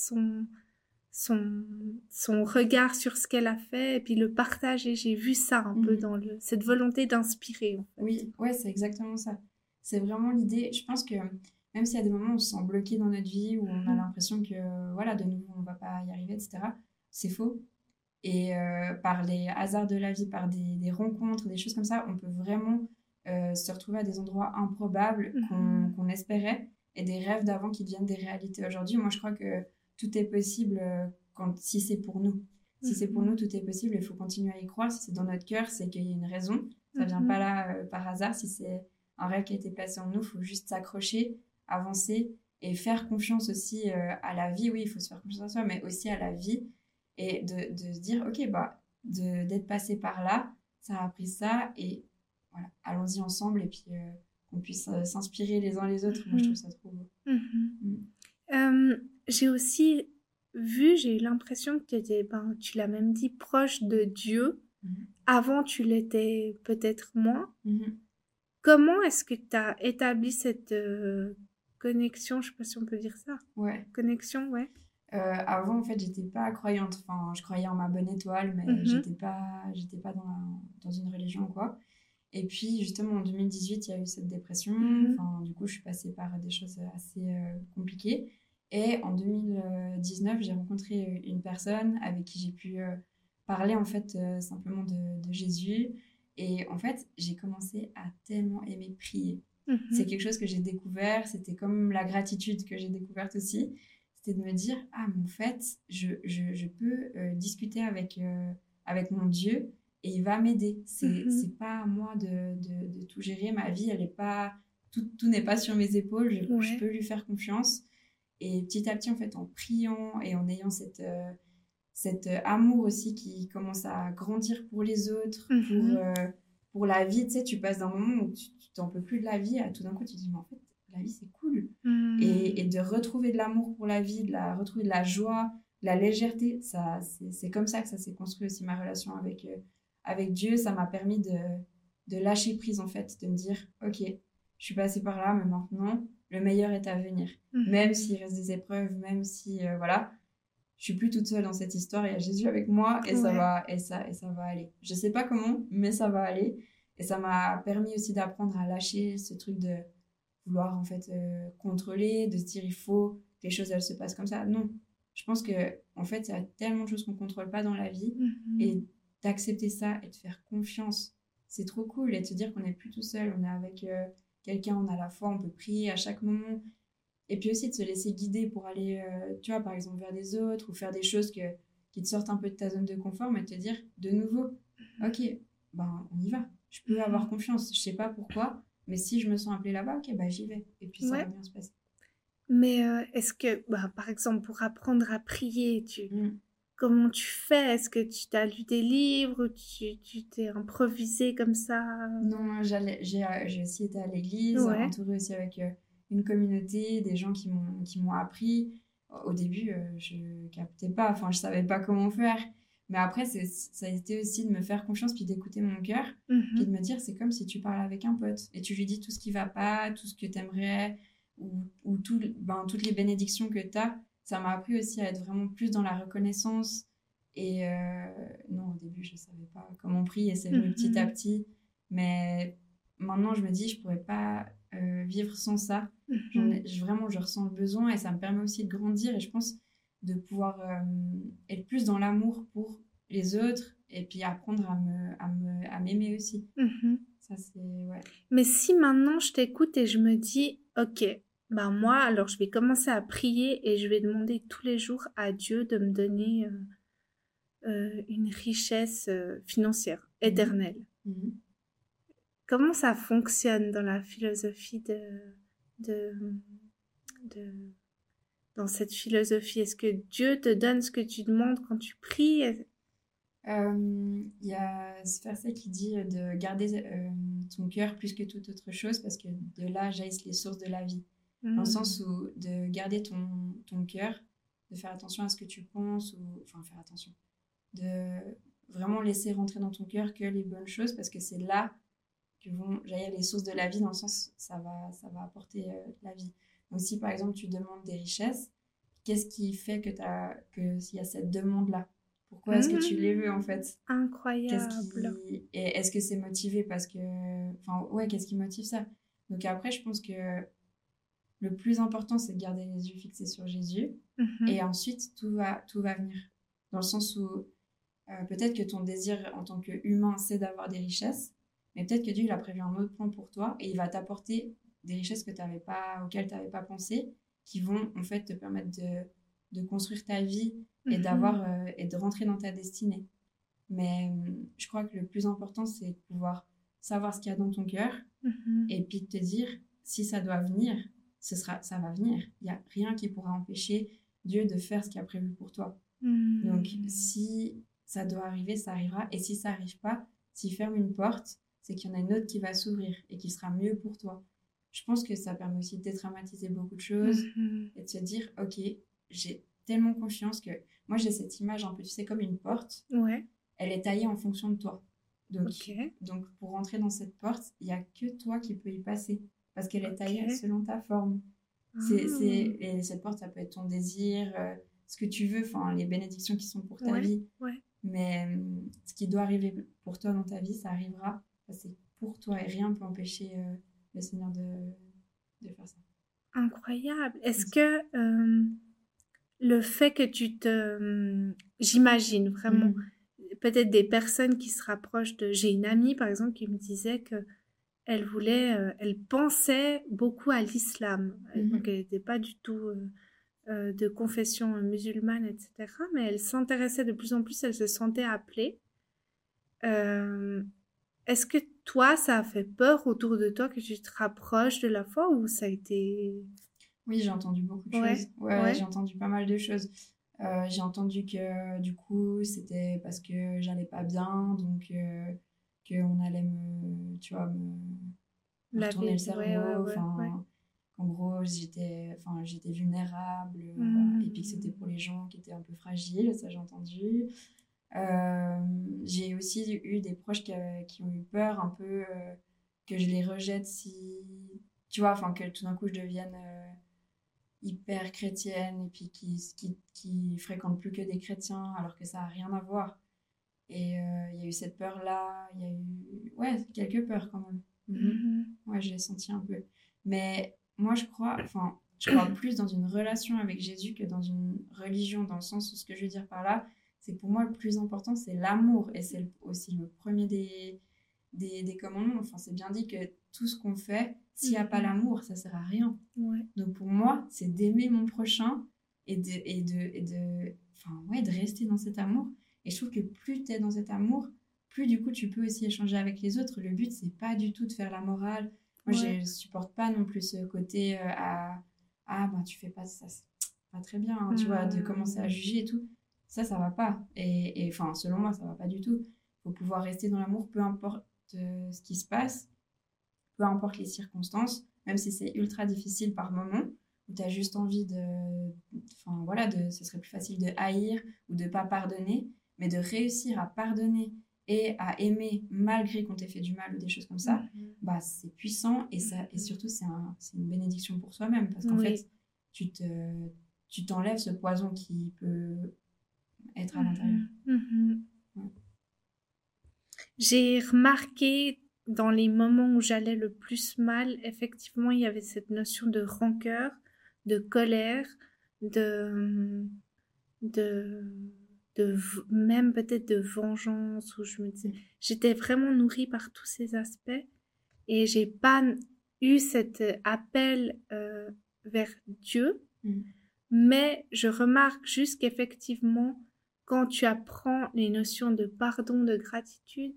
son, son regard sur ce qu'elle a fait, et puis le partager. J'ai vu ça un peu Mhm. dans cette volonté d'inspirer, en fait. Oui, ouais, c'est exactement ça. C'est vraiment l'idée. Je pense que même s'il y a des moments où on se sent bloqué dans notre vie, où on a Mhm. l'impression que, voilà, de nouveau, on va pas y arriver, etc., c'est faux. Et par les hasards de la vie, par des rencontres, des choses comme ça, on peut vraiment se retrouver à des endroits improbables Mhm. qu'on espérait et des rêves d'avant qui deviennent des réalités aujourd'hui. Moi, je crois que tout est possible si c'est pour nous. Si c'est pour Mhm. nous, tout est possible. Il faut continuer à y croire. Si c'est dans notre cœur, c'est qu'il y a une raison. Ça vient pas Mhm. là par hasard. Si c'est un rêve qui a été placé en nous, il faut juste s'accrocher, avancer et faire confiance aussi à la vie. Oui, il faut se faire confiance à soi, mais aussi à la vie et de se dire, ok, bah, d'être passé par là, ça a appris ça, et voilà, allons-y ensemble, et puis qu'on puisse s'inspirer les uns les autres. Moi, je trouve Mhm. ça trop beau. Mhm. Mm. J'ai aussi vu, j'ai eu l'impression que tu étais, ben, tu l'as même dit, proche de Dieu. Mhm. Avant, tu l'étais peut-être moins. Mhm. Comment est-ce que tu as établi cette connexion, je sais pas si on peut dire ça, Ouais. connexion, ouais. Avant, en fait, j'étais pas croyante. Enfin, je croyais en ma bonne étoile, mais Mhm. j'étais pas dans une religion ou quoi. Et puis, justement, en 2018, il y a eu cette dépression. Mhm. Enfin, du coup, je suis passée par des choses assez compliquées. Et en 2019, j'ai rencontré une personne avec qui j'ai pu parler, en fait, simplement de Jésus. Et en fait, j'ai commencé à tellement aimer prier. C'est Mhm. quelque chose que j'ai découvert. C'était comme la gratitude que j'ai découverte aussi. C'était de me dire, ah, mais en fait, je peux discuter avec mon Dieu et il va m'aider. Mhm. C'est pas à moi de tout gérer. Ma vie, elle est pas, tout n'est pas sur mes épaules. Je Ouais. peux lui faire confiance. Et petit à petit, en fait, en priant et en ayant cet amour aussi qui commence à grandir pour les autres, Mhm. pour la vie, tu sais, tu passes d'un moment où tu t'en peux plus de la vie à tout d'un coup, tu te dis, mais en fait, la vie, c'est cool. Et Mhm. de retrouver de l'amour pour la vie, retrouver de la joie, de la légèreté, c'est comme ça que ça s'est construit aussi ma relation avec Dieu. Ça m'a permis de lâcher prise, en fait, de me dire, ok, je suis passée par là, mais maintenant, le meilleur est à venir. Même Mhm. s'il reste des épreuves, même si, voilà, je suis plus toute seule dans cette histoire, il y a Jésus avec moi et ça Ouais. va, et ça va aller. Je sais pas comment, mais ça va aller. Et ça m'a permis aussi d'apprendre à lâcher ce truc de vouloir en fait contrôler, de se dire il faut que les choses elles se passent comme ça. Non, je pense que en fait il y a tellement de choses qu'on contrôle pas dans la vie Mhm. et d'accepter ça et de faire confiance, c'est trop cool et de se dire qu'on n'est plus tout seul, on est avec quelqu'un, on a la foi, on peut prier à chaque moment. Et puis aussi de se laisser guider pour aller, tu vois, par exemple vers des autres ou faire des choses qui te sortent un peu de ta zone de confort, mais te dire de nouveau, ok, ben on y va. Je peux avoir Mhm. confiance. Je sais pas pourquoi, mais si je me sens appelée là-bas, ok, bah j'y vais. Et puis ça va Ouais. bien se passer. Mais est-ce que, bah, par exemple, pour apprendre à prier, Mm. comment tu fais? Est-ce que tu t'as lu des livres ou tu t'es improvisé comme ça? Non, j'ai aussi été à l'église, Ouais. entourée aussi avec une communauté, des gens qui m'ont appris. Au début, je captais pas, enfin, je savais pas comment faire. Mais après, ça a été aussi de me faire confiance, puis d'écouter mon cœur, puis de Mhm. me dire, c'est comme si tu parles avec un pote et tu lui dis tout ce qui va pas, tout ce que t'aimerais, ou toutes les bénédictions que t'as. ça m'a appris aussi à être vraiment plus dans la reconnaissance. Et non, au début, je ne savais pas comment prier, c'est venu petit à petit. Mais maintenant, je me dis, je ne pourrais pas vivre sans ça. Vraiment, je ressens le besoin et ça me permet aussi de grandir. Et je pense de pouvoir être plus dans l'amour pour les autres et puis apprendre à m'aimer aussi. Ça, c'est... Ouais. Mais si maintenant je t'écoute et je me dis, ok, bah moi, alors je vais commencer à prier et je vais demander tous les jours à Dieu de me donner une richesse financière éternelle. Comment ça fonctionne dans la philosophie de, dans cette philosophie? Est-ce que Dieu te donne ce que tu demandes quand tu pries? Il y a ce verset qui dit de garder ton cœur plus que toute autre chose parce que de là jaillissent les sources de la vie. Dans le sens où de garder ton cœur, de faire attention à ce que tu penses, enfin faire attention, de vraiment laisser rentrer dans ton cœur que les bonnes choses parce que c'est là que vont jaillir les sources de la vie, dans le sens ça va apporter la vie. Donc si par exemple tu demandes des richesses, qu'est-ce qui fait que s'il y a cette demande-là? Pourquoi est-ce que tu les veux en fait? Incroyable. Et est-ce que c'est motivé parce que... Enfin ouais, qu'est-ce qui motive ça? Donc après je pense que le plus important c'est de garder les yeux fixés sur Jésus et ensuite tout va venir. Dans le sens où peut-être que ton désir en tant qu'humain c'est d'avoir des richesses, mais peut-être que Dieu il a prévu un autre plan pour toi et il va t'apporter des richesses auxquelles tu n'avais pas pensé, qui vont en fait te permettre de construire ta vie et et de rentrer dans ta destinée. Mais je crois que le plus important c'est de pouvoir savoir ce qu'il y a dans ton cœur et puis de te dire si ça doit venir, ça va venir. Il n'y a rien qui pourra empêcher Dieu de faire ce qu'il a prévu pour toi. Donc si ça doit arriver, ça arrivera, et si ça n'arrive pas, s'il ferme une porte, c'est qu'il y en a une autre qui va s'ouvrir et qui sera mieux pour toi. Je pense que ça permet aussi de détraumatiser beaucoup de choses et de se dire, ok, j'ai tellement confiance que... Moi, j'ai cette image un peu, tu sais, comme une porte. Ouais. Elle est taillée en fonction de toi. Donc pour rentrer dans cette porte, il n'y a que toi qui peux y passer parce qu'elle est taillée selon ta forme. Et cette porte, ça peut être ton désir, ce que tu veux, enfin les bénédictions qui sont pour ta vie. Mais ce qui doit arriver pour toi dans ta vie, ça arrivera. C'est pour toi et rien ne peut empêcher le Seigneur de faire ça. Incroyable. Est-ce que le fait que j'imagine vraiment, peut-être des personnes qui se rapprochent de... J'ai une amie, par exemple, qui me disait que elle pensait beaucoup à l'islam. Donc, elle n'était pas du tout de confession musulmane, etc. Mais elle s'intéressait de plus en plus, elle se sentait appelée. Est-ce que toi, ça a fait peur autour de toi que tu te rapproches de la foi ou ça a été... Oui, j'ai entendu beaucoup de choses. Ouais, j'ai entendu pas mal de choses. J'ai entendu que du coup, c'était parce que j'allais pas bien, donc qu'on allait me retourner le cerveau. En gros, j'étais vulnérable et puis que c'était pour les gens qui étaient un peu fragiles, ça j'ai entendu. J'ai aussi eu des proches qui ont eu peur un peu que je les rejette si... Tu vois, que tout d'un coup je devienne hyper chrétienne et puis qui fréquente plus que des chrétiens alors que ça n'a rien à voir. Et il y a eu cette peur-là, il y a eu quelques peurs quand même. Ouais, je l'ai senti un peu. Mais moi, je crois plus dans une relation avec Jésus que dans une religion, dans le sens où ce que je veux dire par là, c'est que pour moi, le plus important, c'est l'amour. Et c'est aussi le premier des commandements. C'est bien dit que tout ce qu'on fait, s'il n'y a pas l'amour, ça ne sert à rien. Donc pour moi, c'est d'aimer mon prochain et de rester dans cet amour. Et je trouve que plus tu es dans cet amour, plus du coup, tu peux aussi échanger avec les autres. Le but, c'est pas du tout de faire la morale. Moi, je supporte pas non plus ce côté tu fais pas ça, c'est pas très bien, hein, tu vois, de commencer à juger et tout. Ça va pas. Et selon moi, ça va pas du tout. Faut pouvoir rester dans l'amour, peu importe ce qui se passe, peu importe les circonstances, même si c'est ultra difficile par moment, où tu as juste envie ce serait plus facile de haïr ou de pas pardonner, mais de réussir à pardonner et à aimer malgré qu'on t'ait fait du mal ou des choses comme ça, c'est puissant et surtout c'est une bénédiction pour soi-même parce qu'en fait tu t'enlèves ce poison qui peut être à l'intérieur. Ouais. J'ai remarqué dans les moments où j'allais le plus mal, effectivement, il y avait cette notion de rancœur, de colère, de, de, même peut-être de vengeance, où je me disais, j'étais vraiment nourrie par tous ces aspects et j'ai pas eu cet appel vers Dieu, mais je remarque juste qu'effectivement, quand tu apprends les notions de pardon, de gratitude,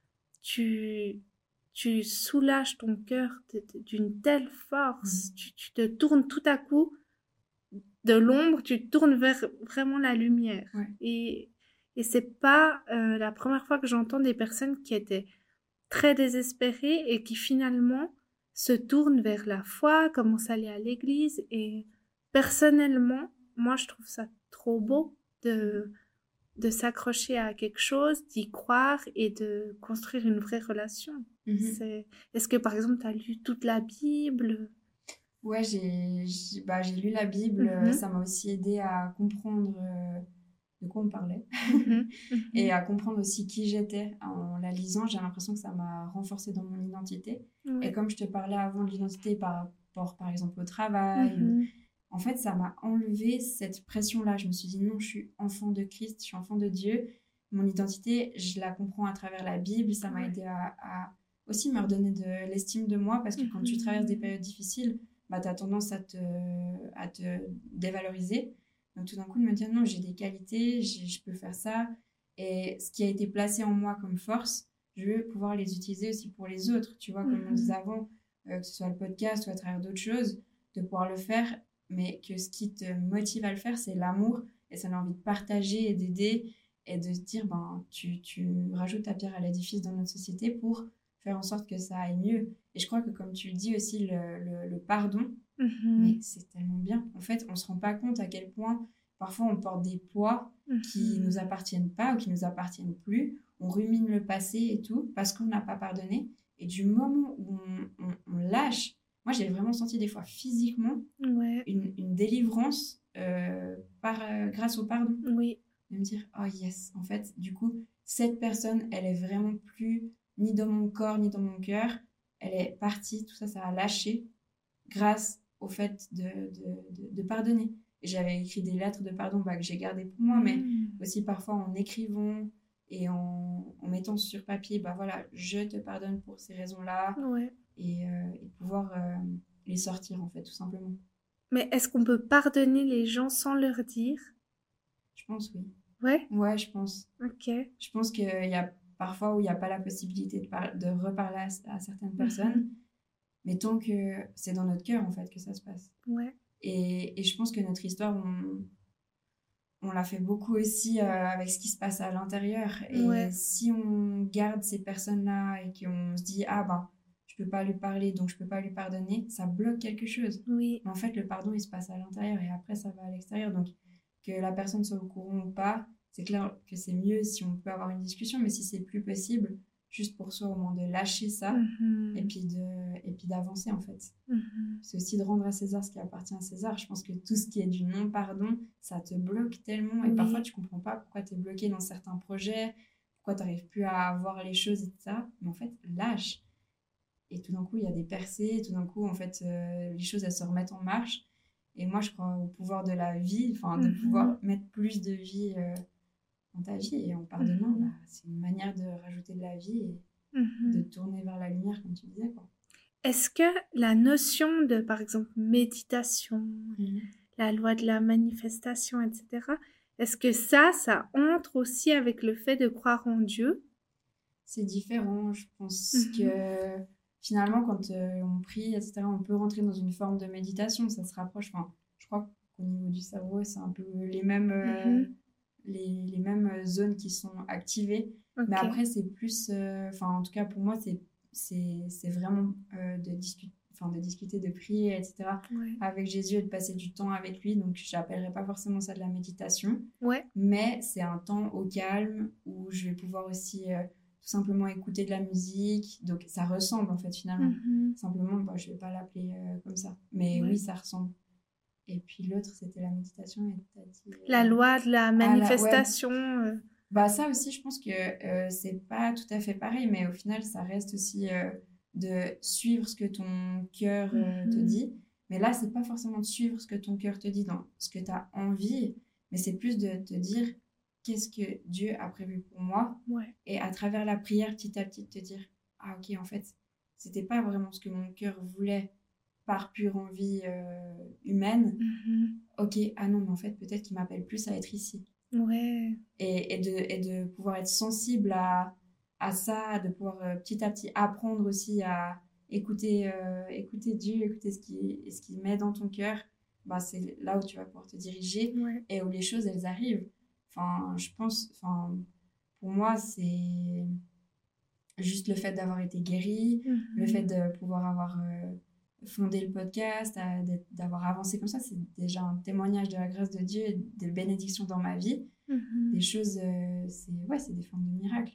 tu, tu soulages ton cœur d'une telle force. Tu te tournes tout à coup de l'ombre, tu te tournes vers vraiment la lumière. Ouais. Et c'est pas la première fois que j'entends des personnes qui étaient très désespérées et qui finalement se tournent vers la foi, commencent à aller à l'église. Et personnellement, moi, je trouve ça trop beau de s'accrocher à quelque chose, d'y croire et de construire une vraie relation. Est-ce que, par exemple, tu as lu toute la Bible? Ouais, j'ai lu la Bible. Ça m'a aussi aidé à comprendre de quoi on parlait et à comprendre aussi qui j'étais. En la lisant, j'ai l'impression que ça m'a renforcée dans mon identité. Ouais. Et comme je te parlais avant de l'identité par rapport, par exemple, au travail, en fait, ça m'a enlevé cette pression-là. Je me suis dit, non, je suis enfant de Christ, je suis enfant de Dieu. Mon identité, je la comprends à travers la Bible. Ça m'a aidé à aussi me redonner de l'estime de moi parce que quand tu traverses des périodes difficiles, bah, tu as tendance à te dévaloriser. Donc tout d'un coup, de me dire, non, j'ai des qualités, je peux faire ça. Et ce qui a été placé en moi comme force, je veux pouvoir les utiliser aussi pour les autres. Tu vois, comme on disait avant, que ce soit le podcast ou à travers d'autres choses, de pouvoir le faire, mais que ce qui te motive à le faire, c'est l'amour. Et ça a envie de partager et d'aider et de se dire, ben, tu rajoutes ta pierre à l'édifice dans notre société pour faire en sorte que ça aille mieux. Et je crois que comme tu le dis aussi, le pardon, mais c'est tellement bien. En fait, on ne se rend pas compte à quel point parfois on porte des poids qui ne nous appartiennent pas ou qui ne nous appartiennent plus. On rumine le passé et tout parce qu'on n'a pas pardonné. Et du moment où on lâche, moi j'ai vraiment senti des fois physiquement une délivrance grâce au pardon. Oui. De me dire, oh yes, en fait, du coup, cette personne, elle est vraiment plus ni dans mon corps, ni dans mon cœur. Elle est partie, tout ça, ça a lâché grâce au fait de pardonner. Et j'avais écrit des lettres de pardon bah, que j'ai gardées pour moi, mais aussi parfois en écrivant et en mettant sur papier, bah voilà, je te pardonne pour ces raisons-là, et pouvoir les sortir, en fait, tout simplement. Mais est-ce qu'on peut pardonner les gens sans leur dire? Je pense, oui. Ouais? Ouais, je pense. Ok. Je pense qu'il y a parfois où il n'y a pas la possibilité de reparler à certaines personnes, mais tant que c'est dans notre cœur, en fait, que ça se passe. Ouais. Et je pense que notre histoire, on l'a fait beaucoup aussi avec ce qui se passe à l'intérieur. Et si on garde ces personnes-là et qu'on se dit, ah ben, je peux pas lui parler, donc je peux pas lui pardonner, ça bloque quelque chose. Oui. Mais en fait, le pardon, il se passe à l'intérieur et après, ça va à l'extérieur. Donc, que la personne soit au courant ou pas, c'est clair que c'est mieux si on peut avoir une discussion, mais si c'est plus possible, juste pour soi, au moins de lâcher ça et puis d'avancer, en fait. C'est aussi de rendre à César ce qui appartient à César. Je pense que tout ce qui est du non-pardon, ça te bloque tellement. Et parfois, tu comprends pas pourquoi tu es bloqué dans certains projets, pourquoi tu n'arrives plus à voir les choses et tout ça. Mais en fait, lâche. Et tout d'un coup, il y a des percées. Et tout d'un coup, en fait, les choses, elles se remettent en marche. Et moi, je crois au pouvoir de la vie, de pouvoir mettre plus de vie dans ta vie. Et en pardonnant, bah, c'est une manière de rajouter de la vie et de tourner vers la lumière, comme tu disais, quoi. Est-ce que la notion de, par exemple, méditation, la loi de la manifestation, etc., est-ce que ça entre aussi avec le fait de croire en Dieu? C'est différent. Je pense que finalement, quand on prie, etc., on peut rentrer dans une forme de méditation. Ça se rapproche. Enfin, je crois qu'au niveau du cerveau, c'est un peu les mêmes, les mêmes zones qui sont activées. Mais après, c'est plus... en tout cas, pour moi, c'est vraiment de discuter, de prier, etc. avec Jésus et de passer du temps avec lui. Donc, je n'appellerais pas forcément ça de la méditation. Mais c'est un temps au calme où je vais pouvoir aussi tout simplement écouter de la musique. Donc, ça ressemble en fait finalement. Simplement, je ne vais pas l'appeler comme ça. Mais oui, ça ressemble. Et puis l'autre, c'était la méditation. Et t'as dit, La loi de la ouais. manifestation. Bah ça aussi, je pense que c'est pas tout à fait pareil, mais au final, ça reste aussi de suivre ce que ton cœur te dit. Mais là, c'est pas forcément de suivre ce que ton cœur te dit dans ce que tu as envie, mais c'est plus de te dire qu'est-ce que Dieu a prévu pour moi. Ouais. Et à travers la prière, petit à petit, te dire, ah ok, en fait, c'était pas vraiment ce que mon cœur voulait par pure envie humaine. Ok, ah non, mais en fait, peut-être qu'il m'appelle plus à être ici. Ouais. Et de pouvoir être sensible à ça, de pouvoir petit à petit apprendre aussi à écouter, écouter Dieu, écouter ce qui met dans ton cœur, bah, c'est là où tu vas pouvoir te diriger Ouais. et où les choses, elles arrivent. Enfin, je pense, enfin, pour moi, c'est juste le fait d'avoir été guéri, le fait de pouvoir avoir fondé le podcast, d'avoir avancé comme ça, c'est déjà un témoignage de la grâce de Dieu et des bénédictions dans ma vie. Des choses, c'est des formes de miracles.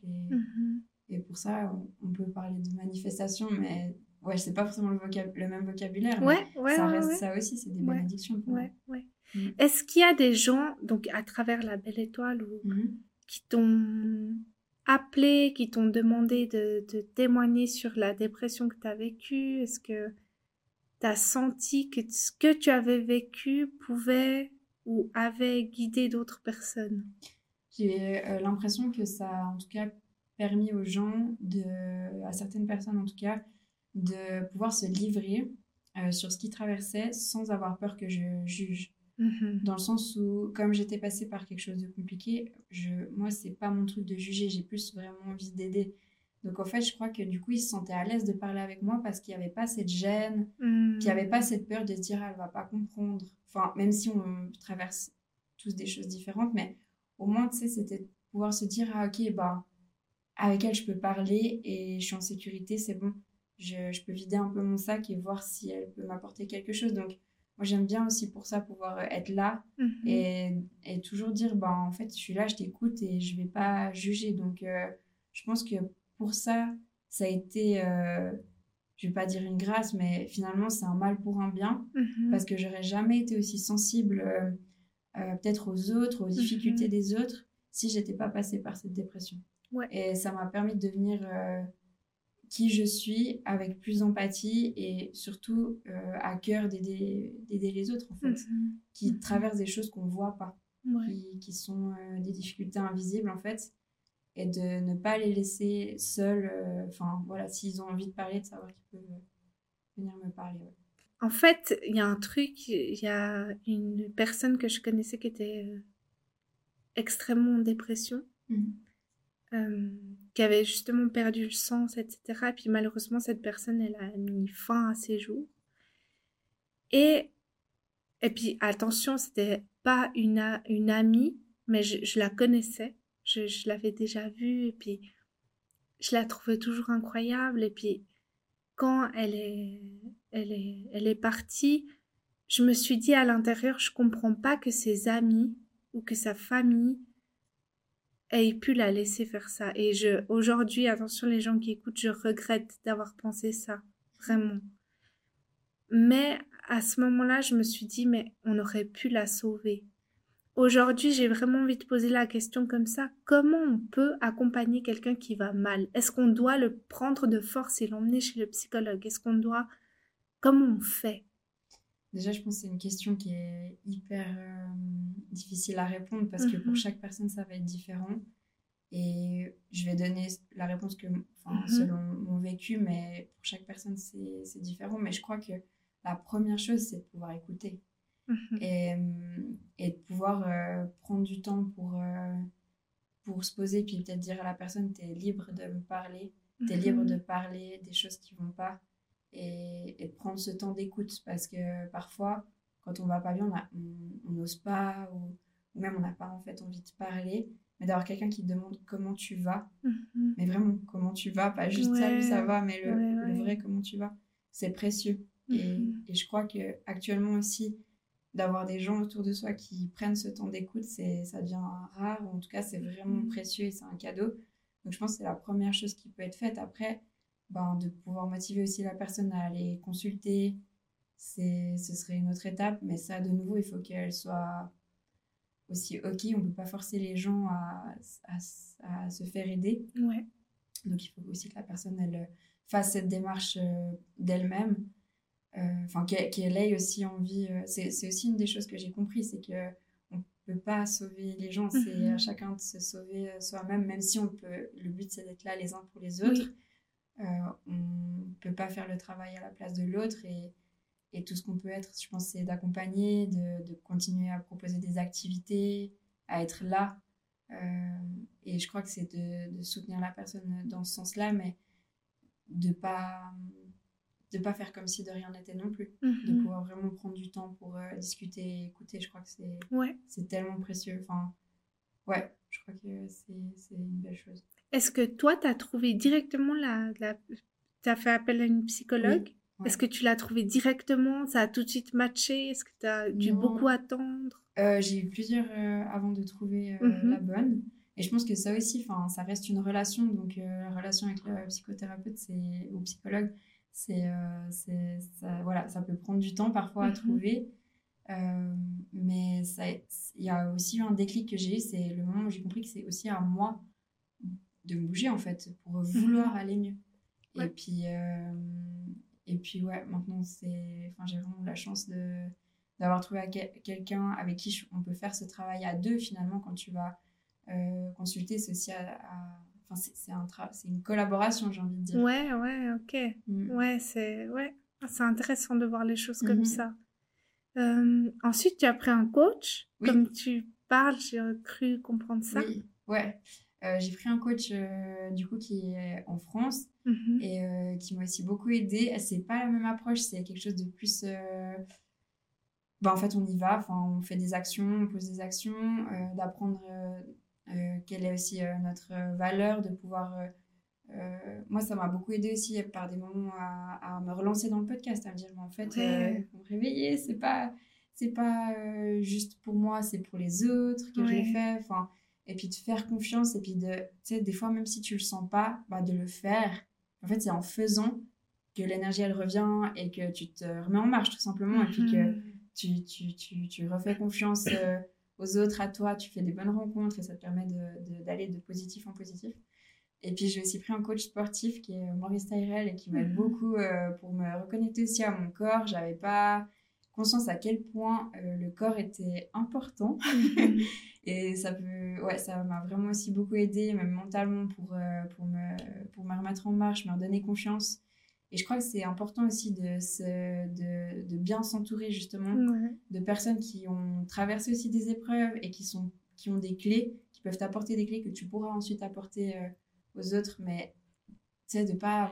Et pour ça, on peut parler de manifestation, mais ouais, c'est pas forcément le même vocabulaire, mais ça reste ça aussi, c'est des bénédictions pour moi. Est-ce qu'il y a des gens, donc à travers la Belle Étoile, qui t'ont appelé, qui t'ont demandé de témoigner sur la dépression que tu as vécue? Est-ce que tu as senti que ce que tu avais vécu pouvait ou avait guidé d'autres personnes? J'ai l'impression que ça a en tout cas permis aux gens, à certaines personnes en tout cas, de pouvoir se livrer sur ce qu'ils traversaient sans avoir peur que je juge. Dans le sens où, comme j'étais passée par quelque chose de compliqué, moi, c'est pas mon truc de juger, j'ai plus vraiment envie d'aider. Donc en fait, je crois que du coup, ils se sentaient à l'aise de parler avec moi parce qu'il n'y avait pas cette gêne, puis il n'y avait pas cette peur de se dire, ah, elle va pas comprendre. Enfin, même si on traverse tous des choses différentes, mais au moins, tu sais, c'était de pouvoir se dire, ah ok, bah, avec elle, je peux parler et je suis en sécurité, c'est bon. Je peux vider un peu mon sac et voir si elle peut m'apporter quelque chose. Donc, moi, j'aime bien aussi pour ça pouvoir être là et toujours dire, bah, en fait, je suis là, je t'écoute et je vais pas juger. Donc, je pense que pour ça, ça a été, je vais pas dire une grâce, mais finalement, c'est un mal pour un bien parce que j'aurais jamais été aussi sensible peut-être aux autres, aux difficultés des autres si j'étais pas passée par cette dépression. Ouais. Et ça m'a permis de devenir qui je suis avec plus d'empathie et surtout à cœur d'aider les autres en fait, qui traversent des choses qu'on ne voit pas, qui sont des difficultés invisibles en fait, et de ne pas les laisser seuls, enfin voilà, s'ils ont envie de parler, de savoir qu'ils peuvent venir me parler. Ouais. En fait, il y a un truc, il y a une personne que je connaissais qui était extrêmement en dépression. Qui avait justement perdu le sens, etc. Et puis malheureusement, cette personne, elle a mis fin à ses jours. Et puis attention, c'était pas une amie, mais je la connaissais. Je l'avais déjà vue et puis je la trouvais toujours incroyable. Et puis quand elle est partie, je me suis dit à l'intérieur, je comprends pas que ses amis ou que sa famille ait pu la laisser faire ça. Et aujourd'hui, attention les gens qui écoutent, je regrette d'avoir pensé ça, vraiment. Mais à ce moment-là, je me suis dit, mais on aurait pu la sauver. Aujourd'hui, j'ai vraiment envie de poser la question comme ça. Comment on peut accompagner quelqu'un qui va mal? Est-ce qu'on doit le prendre de force et l'emmener chez le psychologue? Est-ce qu'on doit... Comment on fait? Déjà, je pense que c'est une question qui est hyper difficile à répondre parce que pour chaque personne, ça va être différent. Et je vais donner la réponse selon mon vécu, mais pour chaque personne, c'est différent. Mais je crois que la première chose, c'est de pouvoir écouter. Et de pouvoir prendre du temps pour se poser, puis peut-être dire à la personne, tu es libre de me parler, tu es libre de parler des choses qui vont pas, et de prendre ce temps d'écoute. Parce que parfois, quand on va pas bien, on n'ose pas, ou même on n'a pas en fait envie de parler. Mais d'avoir quelqu'un qui te demande comment tu vas, mais vraiment comment tu vas, pas juste salut ça va, mais le vrai comment tu vas, c'est précieux. Et je crois que actuellement aussi, d'avoir des gens autour de soi qui prennent ce temps d'écoute, ça devient rare, ou en tout cas c'est vraiment précieux et c'est un cadeau. Donc je pense que c'est la première chose qui peut être faite. Après, de pouvoir motiver aussi la personne à aller consulter ce serait une autre étape. Mais ça, de nouveau, il faut qu'elle soit aussi OK. On ne peut pas forcer les gens à se faire aider. Ouais. Donc, il faut aussi que la personne, elle fasse cette démarche d'elle-même. Enfin, qu'elle ait aussi envie. C'est aussi une des choses que j'ai compris, c'est que on peut pas sauver les gens, c'est à chacun de se sauver soi-même, même si on peut. Le but, c'est d'être là les uns pour les autres. Oui. On peut pas faire le travail à la place de l'autre et tout ce qu'on peut être, je pense, c'est d'accompagner, de continuer à proposer des activités, à être là. Et je crois que c'est de soutenir la personne dans ce sens-là, mais de pas faire comme si de rien n'était non plus. De pouvoir vraiment prendre du temps pour discuter et écouter. Je crois que c'est tellement précieux. Enfin, ouais, je crois que c'est une belle chose. Est-ce que toi, tu as trouvé directement tu as fait appel à une psychologue? Oui, ouais. Est-ce que tu l'as trouvé directement? Ça a tout de suite matché? Est-ce que tu as dû beaucoup attendre? J'ai eu plusieurs avant de trouver la bonne. Et je pense que ça aussi, ça reste une relation. Donc, la relation avec le psychothérapeute ou psychologue, voilà, ça peut prendre du temps parfois à trouver. Mais il y a aussi eu un déclic que j'ai eu, c'est le moment où j'ai compris que c'est aussi à moi de me bouger en fait, pour vouloir aller mieux. Ouais. Et puis ouais, maintenant j'ai vraiment la chance d'avoir trouvé quelqu'un avec qui on peut faire ce travail à deux finalement. Quand tu vas consulter, c'est aussi c'est une collaboration, j'ai envie de dire. Ouais, ok. Ouais, c'est intéressant de voir les choses comme ça. Ensuite, tu as pris un coach. Oui. Comme tu parles, j'ai cru comprendre ça. Oui, ouais. J'ai pris un coach du coup qui est en France et qui m'a aussi beaucoup aidée. C'est pas la même approche, c'est quelque chose de plus... en fait, on y va, on fait des actions, on pose des actions, d'apprendre quelle est aussi notre valeur, de pouvoir... moi, ça m'a beaucoup aidée aussi par des moments à me relancer dans le podcast, à me dire, mais en fait, me réveiller, c'est pas juste pour moi, c'est pour les autres que je le fais. Et puis de faire confiance, et puis tu sais, des fois, même si tu le sens pas, de le faire. En fait, c'est en faisant que l'énergie, elle revient et que tu te remets en marche, tout simplement. Et puis que tu refais confiance aux autres, à toi, tu fais des bonnes rencontres et ça te permet d'aller de positif en positif. Et puis, j'ai aussi pris un coach sportif qui est Maurice Tyrell et qui m'aide beaucoup pour me reconnecter aussi à mon corps. J'avais pas conscience à quel point le corps était important. Et ça m'a vraiment aussi beaucoup aidé, même mentalement, pour me remettre en marche, me redonner confiance. Et je crois que c'est important aussi de bien s'entourer, justement, de personnes qui ont traversé aussi des épreuves et qui ont des clés, qui peuvent t'apporter des clés que tu pourras ensuite apporter aux autres. Mais tu sais, de pas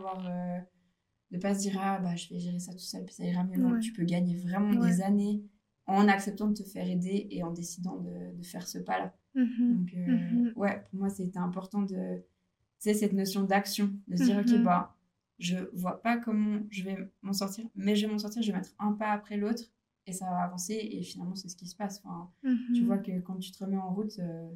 se dire je vais gérer ça tout seul puis ça ira mieux. Non, tu peux gagner vraiment des années en acceptant de te faire aider et en décidant de faire ce pas là. Donc pour moi c'était important de cette notion d'action, de se dire ok, je vois pas comment je vais m'en sortir, mais je vais m'en sortir, je vais mettre un pas après l'autre et ça va avancer et finalement c'est ce qui se passe. Tu vois que quand tu te remets en route,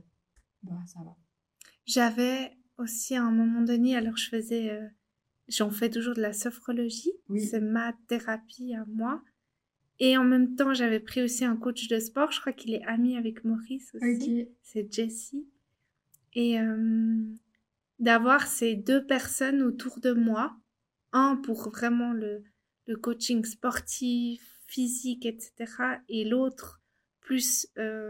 ça va. J'avais aussi à un moment donné, alors j'en fais toujours de la sophrologie, c'est ma thérapie à moi. Et en même temps, j'avais pris aussi un coach de sport, je crois qu'il est ami avec Maurice aussi, c'est Jesse. Et d'avoir ces deux personnes autour de moi, un pour vraiment le coaching sportif, physique, etc. et l'autre plus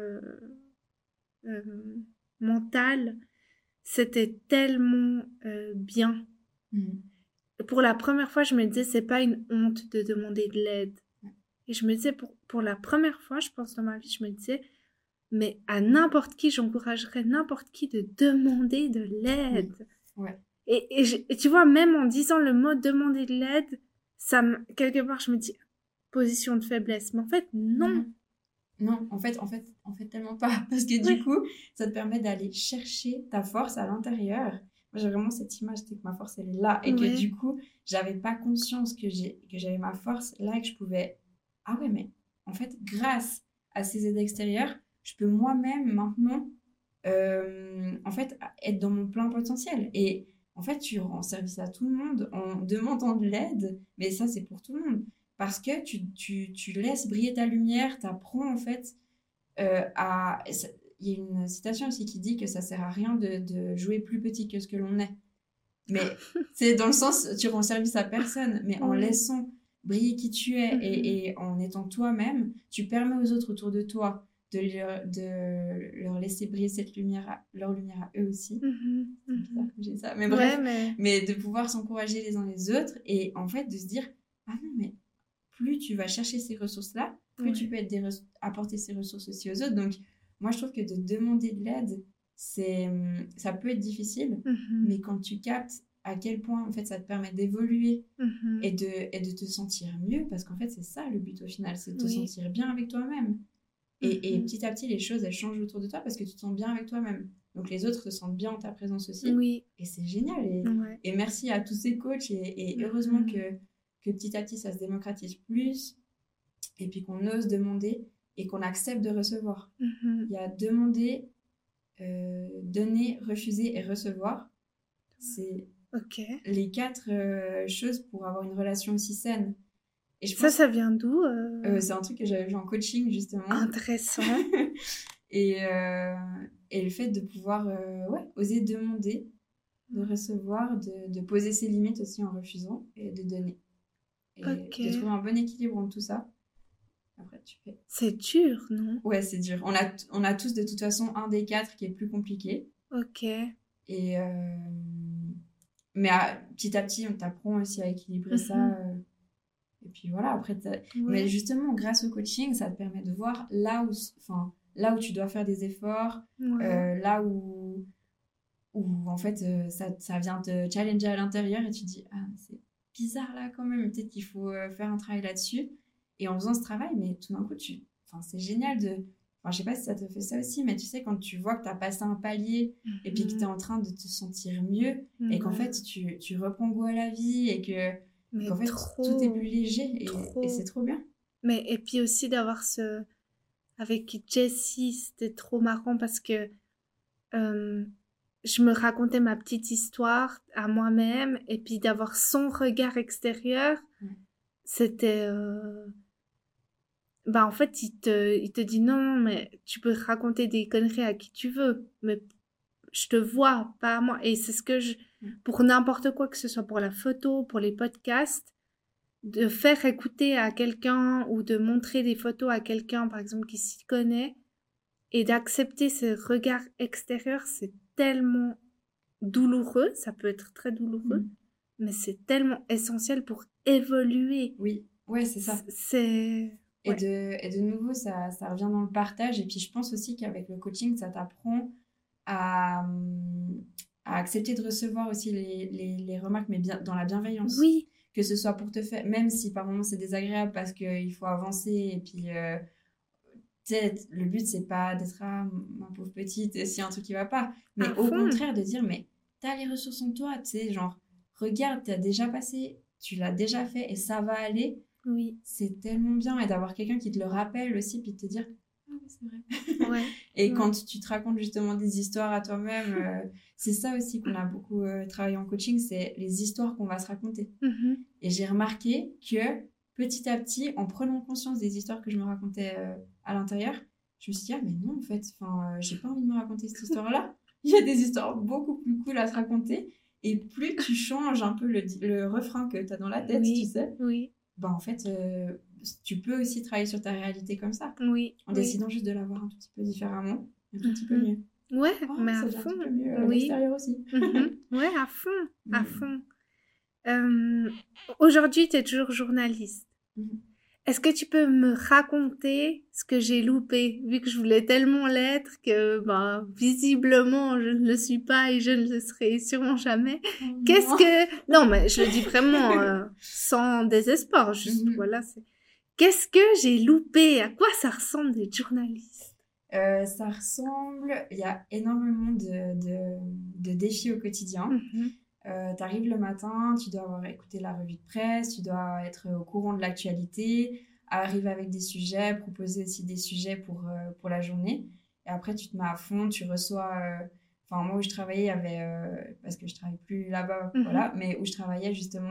mental, c'était tellement bien. Pour la première fois, je me disais, c'est pas une honte de demander de l'aide. Et je me disais, pour la première fois, je pense dans ma vie, je me disais, mais à n'importe qui, j'encouragerais n'importe qui de demander de l'aide. Et tu vois, même en disant le mot demander de l'aide, quelque part, je me dis, position de faiblesse. Mais en fait, non. Non, en fait, tellement pas. Parce que du coup, ça te permet d'aller chercher ta force à l'intérieur. Moi, j'ai vraiment cette image, c'est que ma force, elle est là. Et que du coup, j'avais pas conscience que j'avais ma force là et que je pouvais... Ah ouais, mais en fait, grâce à ces aides extérieures, je peux moi-même maintenant, être dans mon plein potentiel. Et en fait, tu rends service à tout le monde en demandant de l'aide. Mais ça, c'est pour tout le monde. parce que tu laisses briller ta lumière, t'apprends en fait à... Il y a une citation aussi qui dit que ça sert à rien de jouer plus petit que ce que l'on est. Mais c'est dans le sens, tu rends service à personne, mais en laissant briller qui tu es et en étant toi-même, tu permets aux autres autour de toi de leur laisser briller leur lumière à eux aussi. C'est bizarre que j'ai ça. Mais bref, mais de pouvoir s'encourager les uns les autres et en fait de se dire, ah non, mais plus tu vas chercher ces ressources-là, plus tu peux apporter ces ressources aussi aux autres. Donc, moi, je trouve que de demander de l'aide, ça peut être difficile, mais quand tu captes à quel point en fait ça te permet d'évoluer et de te sentir mieux, parce qu'en fait c'est ça le but au final, c'est de te sentir bien avec toi-même. Et petit à petit les choses elles changent autour de toi parce que tu te sens bien avec toi-même. Donc les autres se sentent bien en ta présence aussi. Et c'est génial. Et merci à tous ces coachs et heureusement que petit à petit ça se démocratise plus et puis qu'on ose demander et qu'on accepte de recevoir. Il y a demander, donner, refuser et recevoir. C'est les 4 choses pour avoir une relation aussi saine. Et je pense ça vient d'où c'est un truc que j'avais vu en coaching justement. Intéressant. et le fait de pouvoir oser demander, de recevoir, de poser ses limites aussi en refusant et de donner. Et de trouver un bon équilibre entre tout ça. Après, tu fais... C'est dur, non? Ouais, c'est dur. On a tous de toute façon un des 4 qui est plus compliqué. Et mais petit à petit, on t'apprend aussi à équilibrer ça. Et puis voilà, après... Mais justement, grâce au coaching, ça te permet de voir là où tu dois faire des efforts, là où en fait, ça vient te challenger à l'intérieur et tu te dis « Ah, c'est bizarre là quand même, peut-être qu'il faut faire un travail là-dessus. » Et en faisant ce travail, mais tout d'un coup, c'est génial de... Enfin, je sais pas si ça te fait ça aussi, mais tu sais, quand tu vois que tu as passé un palier et puis que tu es en train de te sentir mieux et qu'en fait, tu reprends goût à la vie et qu'en fait, tout est plus léger et c'est trop bien. Mais et puis aussi d'avoir avec Jessie, c'était trop marrant parce que je me racontais ma petite histoire à moi-même et puis d'avoir son regard extérieur, c'était... en fait, il te dit non, mais tu peux raconter des conneries à qui tu veux, mais je te vois, pas à moi. Et c'est ce que pour n'importe quoi, que ce soit pour la photo, pour les podcasts, de faire écouter à quelqu'un ou de montrer des photos à quelqu'un, par exemple, qui s'y connaît, et d'accepter ce regard extérieur, c'est tellement douloureux, ça peut être très douloureux, mais c'est tellement essentiel pour évoluer. Oui, c'est ça. Et de nouveau, ça revient dans le partage. Et puis, je pense aussi qu'avec le coaching, ça t'apprend à accepter de recevoir aussi les remarques, mais bien, dans la bienveillance. Oui. Que ce soit pour te faire... Même si par moments, c'est désagréable parce qu'il faut avancer. Et puis, le but, c'est pas d'être ma pauvre petite, et s'il y a un truc qui va pas. Mais au contraire, de dire, mais t'as les ressources en toi. Tu sais, genre, regarde, t'as déjà passé, tu l'as déjà fait et ça va aller. Oui. C'est tellement bien, et d'avoir quelqu'un qui te le rappelle aussi, puis de te dire ah oui, c'est vrai. Et quand tu te racontes justement des histoires à toi-même, c'est ça aussi qu'on a beaucoup travaillé en coaching, c'est les histoires qu'on va se raconter. Et j'ai remarqué que petit à petit, en prenant conscience des histoires que je me racontais à l'intérieur, je me suis dit ah mais non en fait, j'ai pas envie de me raconter cette histoire-là. Il y a des histoires beaucoup plus cool à se raconter, et plus tu changes un peu le refrain que tu as dans la tête, tu sais. En fait, tu peux aussi travailler sur ta réalité comme ça. En décidant juste de la voir un tout petit peu différemment, un tout petit peu mieux. Ouais, mais à fond. Un petit peu mieux à l'extérieur aussi. Ouais, à fond, à fond. Aujourd'hui, tu es toujours journaliste. Est-ce que tu peux me raconter ce que j'ai loupé, vu que je voulais tellement l'être que, visiblement, je ne le suis pas et je ne le serai sûrement jamais. Qu'est-ce que... Non, mais je le dis vraiment sans désespoir, juste, voilà. Qu'est-ce que j'ai loupé? À quoi ça ressemble d'être journaliste? Ça ressemble... Il y a énormément de défis au quotidien. T'arrives le matin, tu dois avoir écouté la revue de presse, tu dois être au courant de l'actualité, arriver avec des sujets, proposer aussi des sujets pour la journée. Et après, tu te mets à fond, tu reçois... moi, où je travaillais, il y avait... parce que je travaille plus là-bas, voilà, mais où je travaillais, justement,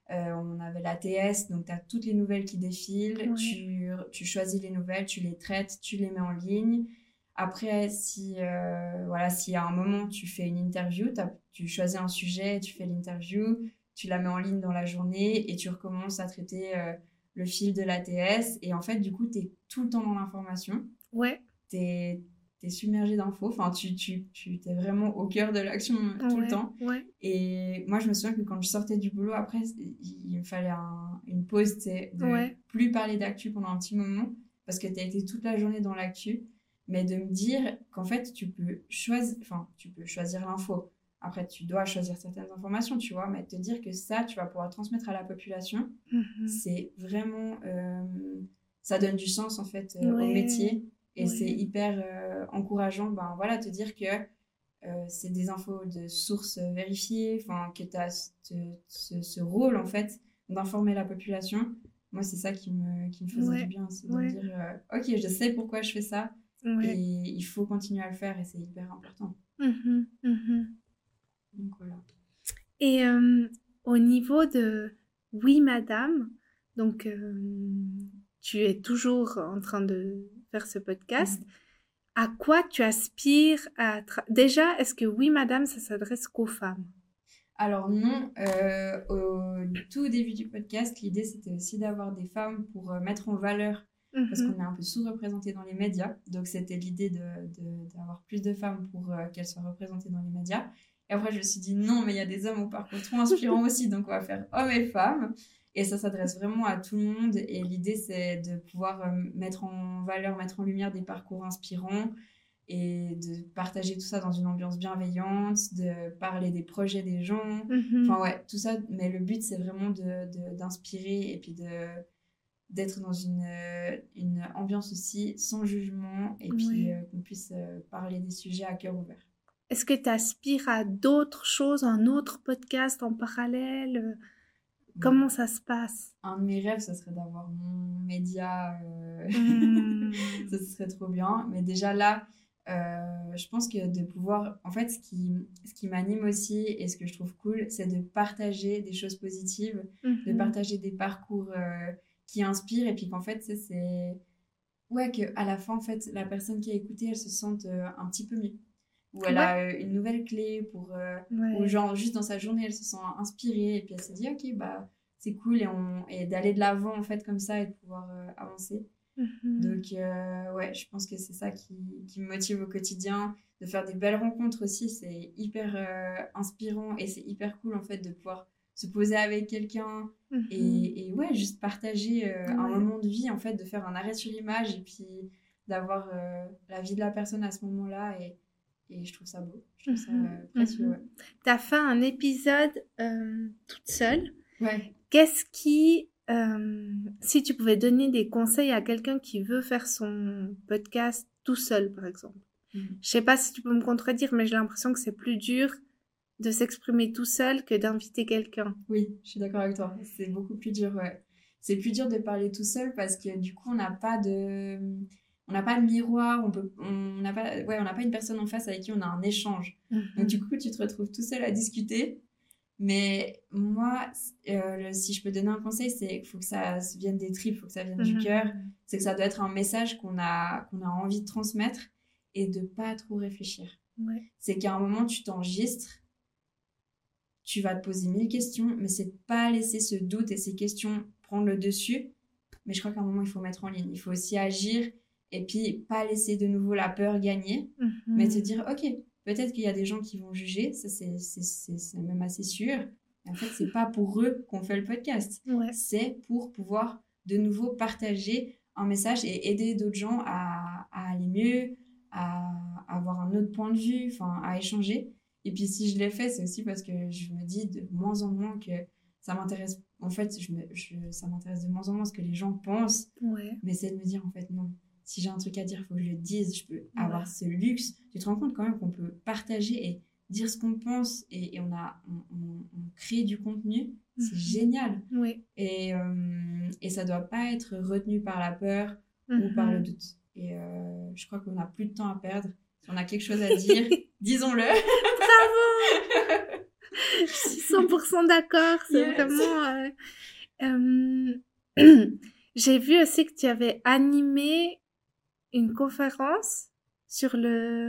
On avait l'ATS, donc tu as toutes les nouvelles qui défilent. Ouais. Tu choisis les nouvelles, tu les traites, tu les mets en ligne. Après, voilà, si à un moment tu fais une interview, tu choisis un sujet, tu fais l'interview, tu la mets en ligne dans la journée et tu recommences à traiter le fil de l'ATS. Et en fait, du coup, tu es tout le temps dans l'information. Ouais. Tu es submergé d'infos. Enfin, tu t'es vraiment au cœur de l'action tout le temps. Ouais. Et moi, je me souviens que quand je sortais du boulot, après, il me fallait une pause, tu sais, de plus parler d'actu pendant un petit moment parce que tu as été toute la journée dans l'actu. Mais de me dire qu'en fait, tu peux choisir l'info. Après, tu dois choisir certaines informations, tu vois, mais te dire que ça, tu vas pouvoir transmettre à la population, c'est vraiment... ça donne du sens, en fait, au métier. Et c'est hyper encourageant, ben voilà, te dire que c'est des infos de sources vérifiées, enfin, que tu as ce rôle, en fait, d'informer la population. Moi, c'est ça qui me faisait du bien, c'est de me dire, ok, je sais pourquoi je fais ça, et il faut continuer à le faire, et c'est hyper important. Donc, voilà. Et au niveau de Oui, madame, donc tu es toujours en train de faire ce podcast. À quoi tu aspires à... Déjà, est-ce que Oui, madame, ça s'adresse qu'aux femmes? Alors non, au tout début du podcast, l'idée c'était aussi d'avoir des femmes pour mettre en valeur, parce qu'on est un peu sous-représenté dans les médias. Donc c'était l'idée d'avoir plus de femmes pour qu'elles soient représentées dans les médias. Et après je me suis dit non, mais il y a des hommes au parcours trop inspirants aussi, donc on va faire hommes et femmes. Et ça s'adresse vraiment à tout le monde. Et l'idée c'est de pouvoir mettre en valeur, mettre en lumière des parcours inspirants, et de partager tout ça dans une ambiance bienveillante, de parler des projets des gens. Enfin ouais, tout ça, mais le but c'est vraiment d'inspirer et puis d'être dans une ambiance aussi sans jugement, et puis qu'on puisse parler des sujets à cœur ouvert. Est-ce que tu aspires à d'autres choses, un autre podcast en parallèle? Comment ça se passe? Un de mes rêves, ça serait d'avoir mon média. Ça serait trop bien. Mais déjà là, je pense que de pouvoir... En fait, ce qui m'anime aussi et ce que je trouve cool, c'est de partager des choses positives, de partager des parcours qui inspirent, et puis qu'en fait, c'est... Ouais, qu'à la fin, en fait, la personne qui a écouté, elle se sente un petit peu mieux. Ou elle a une nouvelle clé pour... ou genre, juste dans sa journée, elle se sent inspirée, et puis elle se dit, ok, bah, c'est cool, et d'aller de l'avant, en fait, comme ça, et de pouvoir avancer. Donc, ouais, je pense que c'est ça qui me motive au quotidien. De faire des belles rencontres aussi, c'est hyper inspirant, et c'est hyper cool, en fait, de pouvoir se poser avec quelqu'un et ouais, juste partager un moment de vie, en fait, de faire un arrêt sur image, et puis d'avoir la vie de la personne à ce moment-là, et je trouve ça beau, je trouve ça précieux, ouais. T'as fait un épisode toute seule. Ouais. Qu'est-ce qui... si tu pouvais donner des conseils à quelqu'un qui veut faire son podcast tout seul, par exemple. Je sais pas si tu peux me contredire, mais j'ai l'impression que c'est plus dur de s'exprimer tout seul que d'inviter quelqu'un. Oui, je suis d'accord avec toi. C'est beaucoup plus dur, ouais. C'est plus dur de parler tout seul parce que du coup, on n'a pas de miroir, on n'a pas une personne en face avec qui on a un échange. Donc du coup, tu te retrouves tout seul à discuter. Mais moi, si je peux donner un conseil, c'est qu'il faut que ça vienne des tripes, il faut que ça vienne du cœur. C'est que ça doit être un message qu'on a envie de transmettre, et de pas trop réfléchir. C'est qu'à un moment, tu t'enregistres, tu vas te poser 1000 questions, mais c'est pas laisser ce doute et ces questions prendre le dessus. Mais je crois qu'à un moment, il faut mettre en ligne. Il faut aussi agir, et puis pas laisser de nouveau la peur gagner, mais te dire, ok, peut-être qu'il y a des gens qui vont juger, ça c'est même assez sûr. Et en fait, c'est pas pour eux qu'on fait le podcast. C'est pour pouvoir de nouveau partager un message et aider d'autres gens à aller mieux, à avoir un autre point de vue, enfin à échanger. Et puis si je l'ai fait, c'est aussi parce que je me dis de moins en moins que ça m'intéresse. En fait, ça m'intéresse de moins en moins ce que les gens pensent. Mais c'est de me dire, en fait, non. Si j'ai un truc à dire, il faut que je le dise. Je peux avoir ce luxe. Tu te rends compte quand même qu'on peut partager et dire ce qu'on pense, et on crée du contenu. C'est génial. Et ça ne doit pas être retenu par la peur ou par le doute. Et je crois qu'on n'a plus de temps à perdre. Si on a quelque chose à dire, disons-le. Bravo. Je suis 100% d'accord. C'est Yes. vraiment... J'ai vu aussi que tu avais animé une conférence sur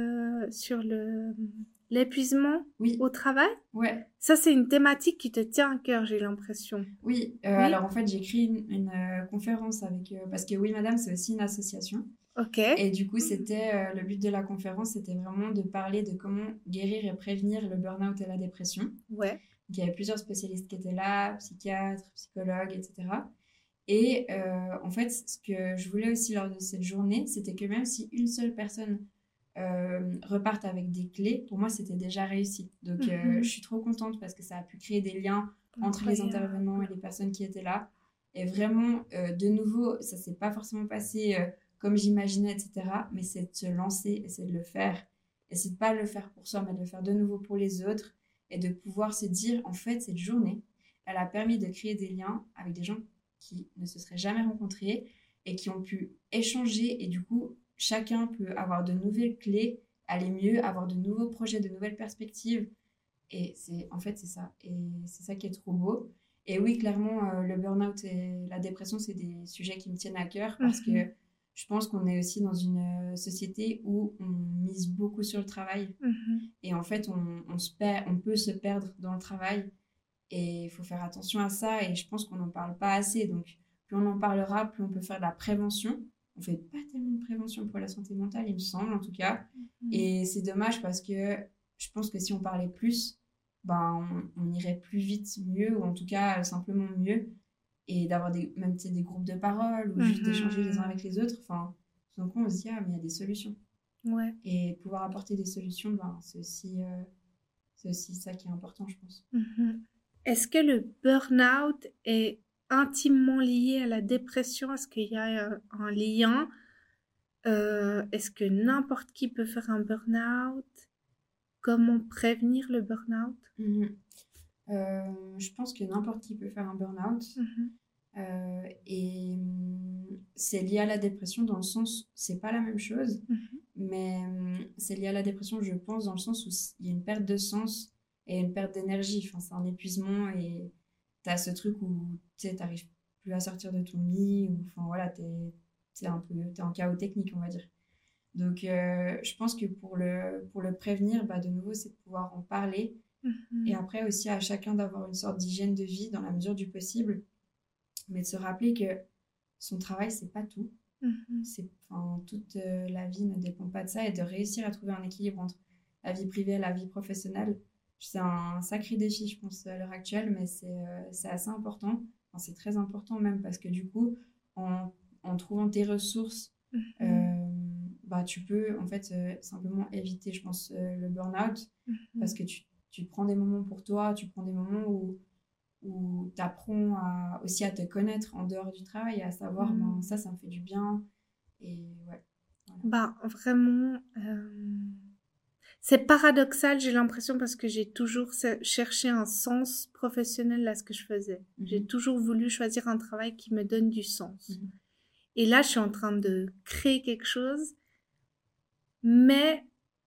l'épuisement Oui, au travail. ouais. Ça, c'est une thématique qui te tient à cœur, j'ai l'impression. Oui, Oui, alors en fait, j'ai créé une conférence avec... parce que Oui Madame, c'est aussi une association. ok. Et du coup, c'était le but de la conférence, c'était vraiment de parler de comment guérir et prévenir le burn-out et la dépression. Ouais. Donc, il y avait plusieurs spécialistes qui étaient là, psychiatres, psychologues, etc. Et en fait, ce que je voulais aussi lors de cette journée, c'était que même si une seule personne reparte avec des clés, pour moi, c'était déjà réussi. Donc, je suis trop contente parce que ça a pu créer des liens entre les intervenants et les personnes qui étaient là. Et vraiment, de nouveau, ça s'est pas forcément passé comme j'imaginais, etc. Mais c'est de se lancer et c'est de le faire. Et c'est de pas le faire pour soi, mais de le faire de nouveau pour les autres et de pouvoir se dire, en fait, cette journée, elle a permis de créer des liens avec des gens qui ne se seraient jamais rencontrés et qui ont pu échanger. Et du coup, chacun peut avoir de nouvelles clés, aller mieux, avoir de nouveaux projets, de nouvelles perspectives. Et en fait, c'est ça. Et c'est ça qui est trop beau. Et oui, clairement, le burn-out et la dépression, c'est des sujets qui me tiennent à cœur parce que je pense qu'on est aussi dans une société où on mise beaucoup sur le travail. Et en fait, on peut se perdre dans le travail. Et il faut faire attention à ça. Et je pense qu'on n'en parle pas assez. Donc, plus on en parlera, plus on peut faire de la prévention. On fait pas tellement de prévention pour la santé mentale, il me semble, en tout cas. Et c'est dommage parce que je pense que si on parlait plus, ben, on irait plus vite, mieux, ou en tout cas simplement mieux. Et d'avoir même des groupes de parole ou juste d'échanger les uns avec les autres. Enfin, tout d'un coup, on se dit, ah, mais il y a des solutions. Ouais. Et pouvoir apporter des solutions, ben, c'est aussi ça qui est important, je pense. Est-ce que le burn-out est intimement lié à la dépression? Est-ce qu'il y a un lien? Est-ce que n'importe qui peut faire un burn-out? Comment prévenir le burn-out? Je pense que n'importe qui peut faire un burn-out. Et c'est lié à la dépression dans le sens, c'est pas la même chose, mais c'est lié à la dépression, je pense, dans le sens où il y a une perte de sens et une perte d'énergie. Enfin, c'est un épuisement et t'as ce truc où tu sais, t'arrives plus à sortir de ton lit, ou enfin voilà, t'es en chaos technique, on va dire. Donc, je pense que pour le prévenir, bah, de nouveau, c'est de pouvoir en parler. Et après aussi à chacun d'avoir une sorte d'hygiène de vie dans la mesure du possible, mais de se rappeler que son travail, c'est pas tout. Toute la vie ne dépend pas de ça, et de réussir à trouver un équilibre entre la vie privée et la vie professionnelle. C'est un sacré défi, je pense, à l'heure actuelle, mais c'est assez important. Enfin, c'est très important même parce que du coup, en trouvant tes ressources, bah, tu peux en fait simplement éviter, je pense, le burn-out parce que tu prends des moments pour toi, tu prends des moments où tu apprends aussi à te connaître en dehors du travail et à savoir, ben, ça me fait du bien. Et ouais. Voilà. Bah, vraiment, c'est paradoxal, j'ai l'impression, parce que j'ai toujours cherché un sens professionnel à ce que je faisais. J'ai toujours voulu choisir un travail qui me donne du sens. Et là, je suis en train de créer quelque chose, mais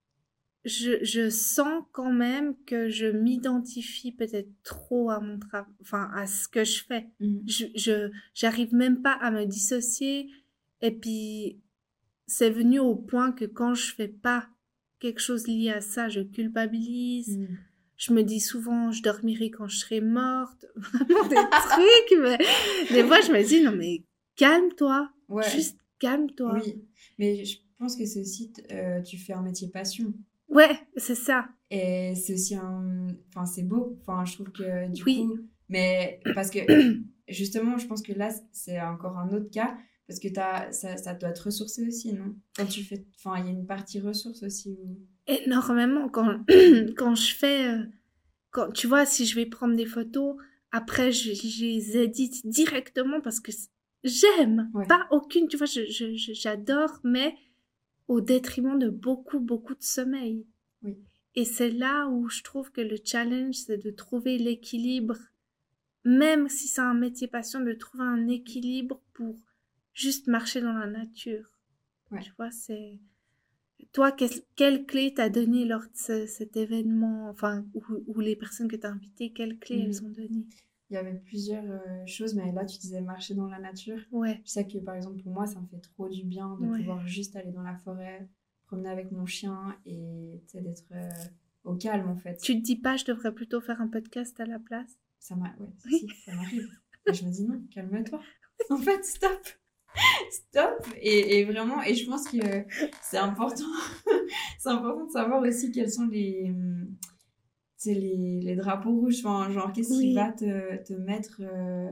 je sens quand même que je m'identifie peut-être trop à mon travail, enfin, à ce que je fais. J'arrive même pas à me dissocier. Et puis, c'est venu au point que quand je fais pas quelque chose lié à ça, je culpabilise. Je me dis souvent, je dormirai quand je serai morte. Vraiment des trucs, mais des fois, je me dis, non, mais calme-toi. Ouais. Juste calme-toi. Oui, mais je pense que c'est aussi, tu fais un métier passion. Ouais, c'est ça. Et c'est aussi enfin, c'est beau. Enfin, je trouve que du Oui. coup, mais parce que justement, je pense que là, c'est encore un autre cas. Parce que ça doit te ressourcer aussi, non? Quand tu fais, enfin, il y a une partie ressources aussi. Énormément. Quand je fais, quand, tu vois, si je vais prendre des photos, après, je les édite directement parce que j'aime. Ouais. Pas aucune, tu vois, j'adore, mais au détriment de beaucoup, beaucoup de sommeil. Oui. Et c'est là où je trouve que le challenge, c'est de trouver l'équilibre, même si c'est un métier passion, de trouver un équilibre pour juste marcher dans la nature. Ouais. Tu vois, c'est toi, quelle clé t'as donné lors de cet événement, enfin, ou les personnes que t'as invitées, quelles clés elles ont donné? Il y avait plusieurs choses, mais là, tu disais marcher dans la nature. Ouais, Je sais que, par exemple, pour moi, ça me fait trop du bien de ouais. pouvoir juste aller dans la forêt, promener avec mon chien et tu sais, d'être au calme, en fait. Tu te dis pas, je devrais plutôt faire un podcast à la place? Ouais, Oui. si, ça m'arrive. Et je me dis non, calme-toi. En fait, stop. Stop. Et vraiment, et je pense que c'est important. C'est important de savoir aussi quels sont les drapeaux rouges. Enfin, genre, qu'est-ce qui va Oui, te mettre,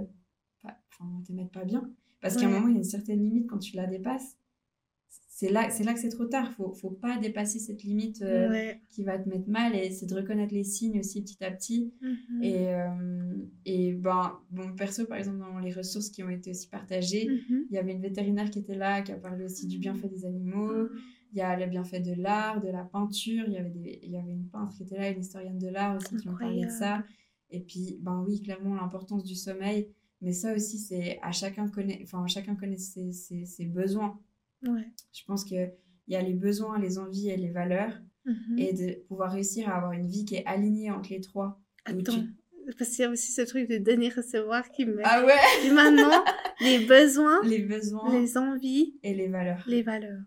te mettre pas bien. Parce qu'à un ouais, moment, il y a une certaine limite quand tu la dépasses. C'est là que c'est trop tard. Faut pas dépasser cette limite ouais. qui va te mettre mal. Et c'est de reconnaître les signes aussi petit à petit. Mhm, Et ben, bon, perso, par exemple, dans les ressources qui ont été aussi partagées, mhm. il y avait une vétérinaire qui était là, qui a parlé aussi du bienfait des animaux. Il y a les bienfaits de l'art, de la peinture. Il y avait une peintre qui était là, une historienne de l'art aussi qui ont parlé de ça. Incroyable. Et puis, ben oui, clairement, l'importance du sommeil. Mais ça aussi, c'est à chacun connaît ses besoins. Ouais. Je pense qu'il y a les besoins, les envies et les valeurs. Mhm. Et de pouvoir réussir à avoir une vie qui est alignée entre les trois. Où Attends, tu... parce qu'il y a aussi ce truc de donner-recevoir qui me... Ah ouais. Puis maintenant, les besoins, Les besoins les envies, et les valeurs. les valeurs.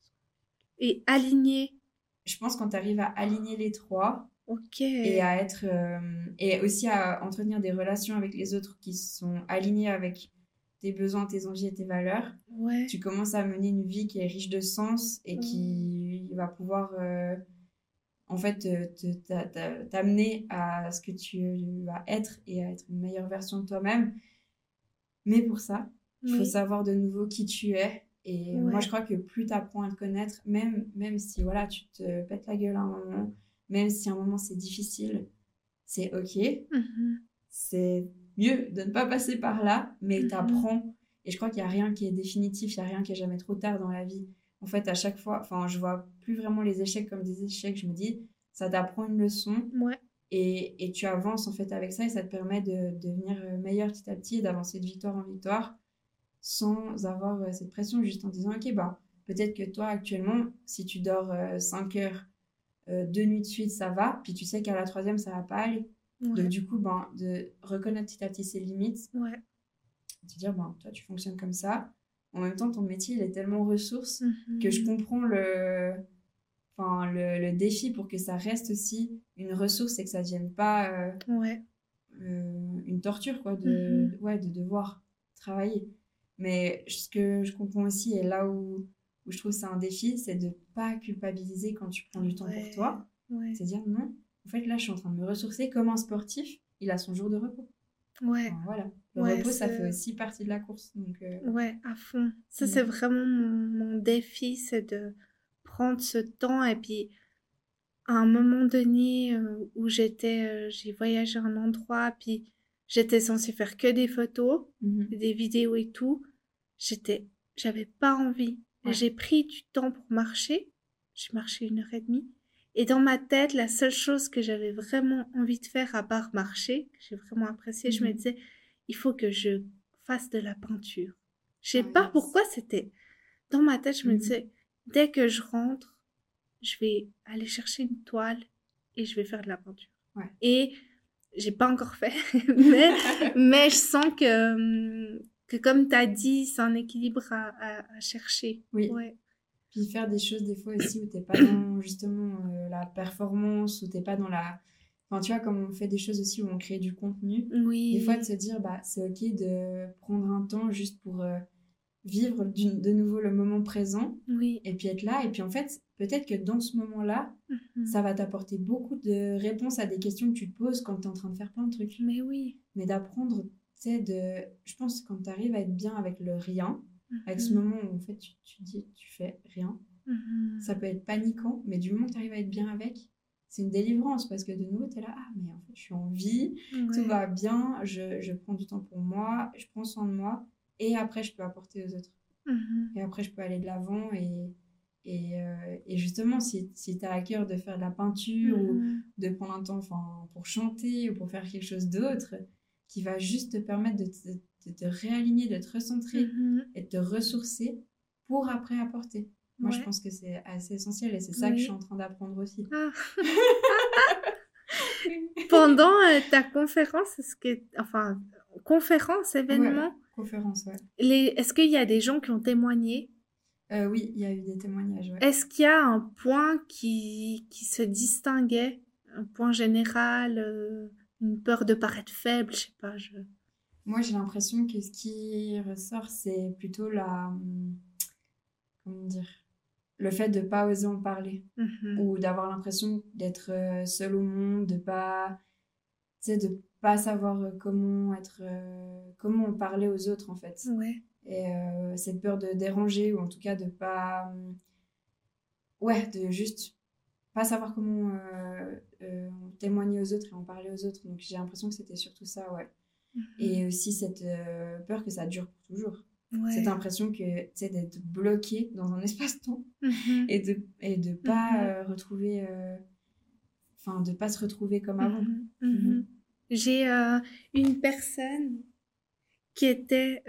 Et aligner. Je pense quand tu arrives à aligner les trois Ok. et à être et aussi à entretenir des relations avec les autres qui sont alignées avec tes besoins, tes envies et tes valeurs, Ouais. tu commences à mener une vie qui est riche de sens et qui va pouvoir en fait t'amener à ce que tu vas être et à être une meilleure version de toi-même. Mais pour ça, il faut Oui. savoir de nouveau qui tu es. Et moi, je Ouais. crois que plus tu apprends à te connaître, même si voilà, tu te pètes la gueule à un moment, même si à un moment c'est difficile, c'est ok. Mhm, C'est mieux de ne pas passer par là, mais tu mhm. apprends. Et je crois qu'il n'y a rien qui est définitif, il n'y a rien qui est jamais trop tard dans la vie. En fait, à chaque fois, enfin, je vois plus vraiment les échecs comme des échecs. Je me dis, ça t'apprend une leçon Ouais. et tu avances en fait avec ça et ça te permet de devenir meilleur petit à petit et d'avancer de victoire en victoire sans avoir cette pression, juste en disant, ok, bah, peut-être que toi, actuellement, si tu dors 5 heures, 2 nuits de suite, ça va, puis tu sais qu'à la troisième, ça va pas aller. Donc, Ouais. du coup, ben, de reconnaître petit à petit ses limites, Ouais. de dire, ben, toi, tu fonctionnes comme ça. En même temps, ton métier, il est tellement ressource que je Mhm. comprends le défi pour que ça reste aussi une ressource et que ça ne devienne pas Ouais. une torture, quoi, Mhm. ouais, de devoir travailler. Mais ce que je comprends aussi, et là où je trouve c'est un défi, c'est de pas culpabiliser quand tu prends du temps pour Ouais. toi. Ouais. C'est dire non, en fait là je suis en train de me ressourcer comme un sportif, il a son jour de repos. Ouais. Enfin, voilà, le Ouais. repos ça fait aussi partie de la course. Donc, Ouais, à fond. Ça, c'est mm, vraiment mon défi, c'est de prendre ce temps. Et puis, à un moment donné où j'ai voyagé à un endroit, puis j'étais censée faire que des photos, mhm, des vidéos et tout. J'avais pas envie. ouais. J'ai pris du temps pour marcher. J'ai marché 1 heure et demie. Et dans ma tête, la seule chose que j'avais vraiment envie de faire, à part marcher, que j'ai vraiment apprécié, je me Mhm. disais, il faut que je fasse de la peinture. Je sais Ah, pas yes. pourquoi c'était. Dans ma tête, je me Mhm. disais, dès que je rentre, je vais aller chercher une toile et je vais faire de la peinture. Ouais. Et j'ai pas encore fait, mais, mais je sens que comme tu as dit, c'est un équilibre à chercher. Oui. Ouais. Puis faire des choses des fois aussi où t'es pas dans justement la performance, où t'es pas dans la... Enfin, tu vois, comme on fait des choses aussi où on crée du contenu, des fois de Oui, se dire, bah, c'est ok de prendre un temps juste pour vivre de nouveau le moment présent oui. et puis être là. Et puis en fait, peut-être que dans ce moment-là, Mhm. ça va t'apporter beaucoup de réponses à des questions que tu te poses quand tu es en train de faire plein de trucs. Mais oui. Mais d'apprendre, tu sais, je pense que quand tu arrives à être bien avec le rien, avec ce Mhm. moment où en fait tu dis, tu fais rien, Mhm. ça peut être paniquant, mais du moment que tu arrives à être bien avec, c'est une délivrance parce que de nouveau, tu es là, ah, mais en fait, je suis en vie, tout Ouais. va bien, je prends du temps pour moi, je prends soin de moi, et après, je peux apporter aux autres. Mhm. Et après, je peux aller de l'avant et justement, si tu as à cœur de faire de la peinture ou Mhm. de prendre un temps pour chanter ou pour faire quelque chose d'autre qui va juste te permettre de te réaligner, de te recentrer Mhm. et de te ressourcer pour après apporter. Moi, je Ouais. pense que c'est assez essentiel et c'est ça que je suis Oui. en train d'apprendre aussi. Ah. Pendant ta conférence, conférence, Ouais, événement, conférence, ouais. est-ce qu'il y a des gens qui ont témoigné? Oui, il y a eu des témoignages, ouais. Est-ce qu'il y a un point qui se distinguait? Un point général, une peur de paraître faible, je sais pas, Moi, j'ai l'impression que ce qui ressort, c'est plutôt comment dire, le fait de pas oser en parler Mhm. ou d'avoir l'impression d'être seul au monde, de pas, tu sais, de pas savoir comment parler aux autres en fait. Ouais. Et cette peur de déranger ou en tout cas de pas, ouais, de juste pas savoir comment témoigner aux autres et en parler aux autres. Donc j'ai l'impression que c'était surtout ça, ouais. Mhm. Et aussi cette peur que ça dure pour toujours. Cette Ouais. impression que, tu sais, d'être bloqué dans un espace-temps Mhm. et de pas Mhm. retrouver, enfin, de pas se retrouver comme avant. Mhm. Mhm. Mhm. J'ai une personne qui était,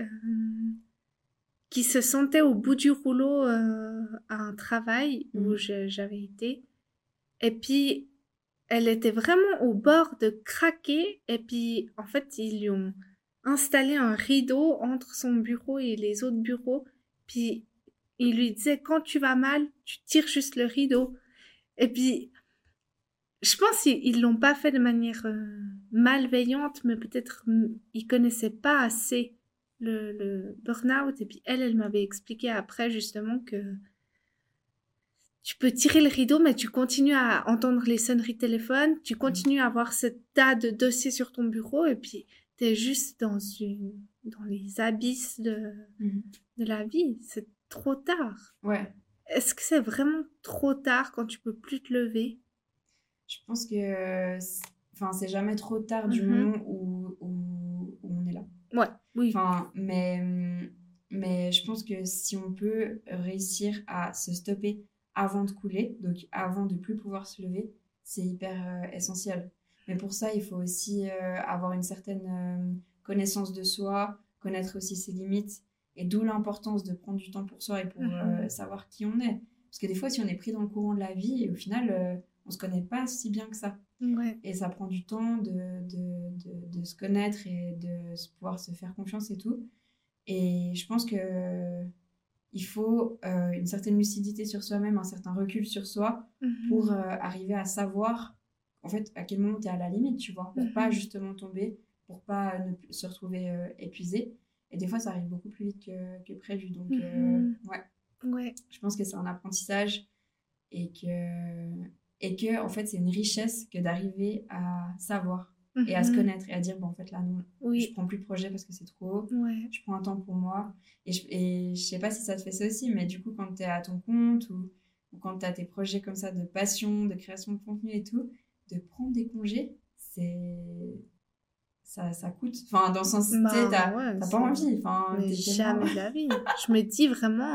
qui se sentait au bout du rouleau à un travail où Mhm. j'avais été. Et puis, elle était vraiment au bord de craquer. Et puis, en fait, ils lui ont installé un rideau entre son bureau et les autres bureaux. Puis, il lui disait, quand tu vas mal, tu tires juste le rideau. Et puis, je pense qu'ils l'ont pas fait de manière malveillante, mais peut-être ils connaissaient pas assez le burn-out. Et puis, elle m'avait expliqué après, justement, que tu peux tirer le rideau, mais tu continues à entendre les sonneries de téléphone, tu continues à avoir ce tas de dossiers sur ton bureau, et puis tu es juste dans les abysses Mhm. de la vie. C'est trop tard. Ouais, Est-ce que c'est vraiment trop tard quand tu peux plus te lever? je pense que enfin, c'est jamais trop tard du Mhm. moment où on est là. Ouais, oui. Enfin, mais je pense que si on peut réussir à se stopper avant de couler, donc avant de plus pouvoir se lever, c'est hyper essentiel. Mais pour ça, il faut aussi avoir une certaine connaissance de soi, connaître aussi ses limites, et d'où l'importance de prendre du temps pour soi et pour Mhm. savoir qui on est. Parce que des fois, si on est pris dans le courant de la vie, et au final, on se connaît pas si bien que ça. Ouais. Et ça prend du temps de se connaître et de pouvoir se faire confiance et tout. Et je pense que il faut une certaine lucidité sur soi-même, un certain recul sur soi pour Mhm. arriver à savoir en fait à quel moment tu es à la limite, tu vois, pour pas Mhm. justement tomber, pour pas se retrouver épuisé. Et des fois, ça arrive beaucoup plus vite que prévu. Donc, Mhm. ouais, Ouais. je pense que c'est un apprentissage et que en fait c'est une richesse que d'arriver à savoir et à se Mhm. connaître et à dire bon en fait là non, je Oui. prends plus de projet parce que c'est trop haut, Ouais. je prends un temps pour moi et je sais pas si ça te fait ça aussi, mais du coup quand tu es à ton compte ou quand tu as tes projets comme ça de passion, de création de contenu et tout, de prendre des congés, ça coûte, enfin dans le sens tu sais Bah ouais, t'as pas envie, enfin mais t'es tellement jamais de la vie. Je me dis vraiment,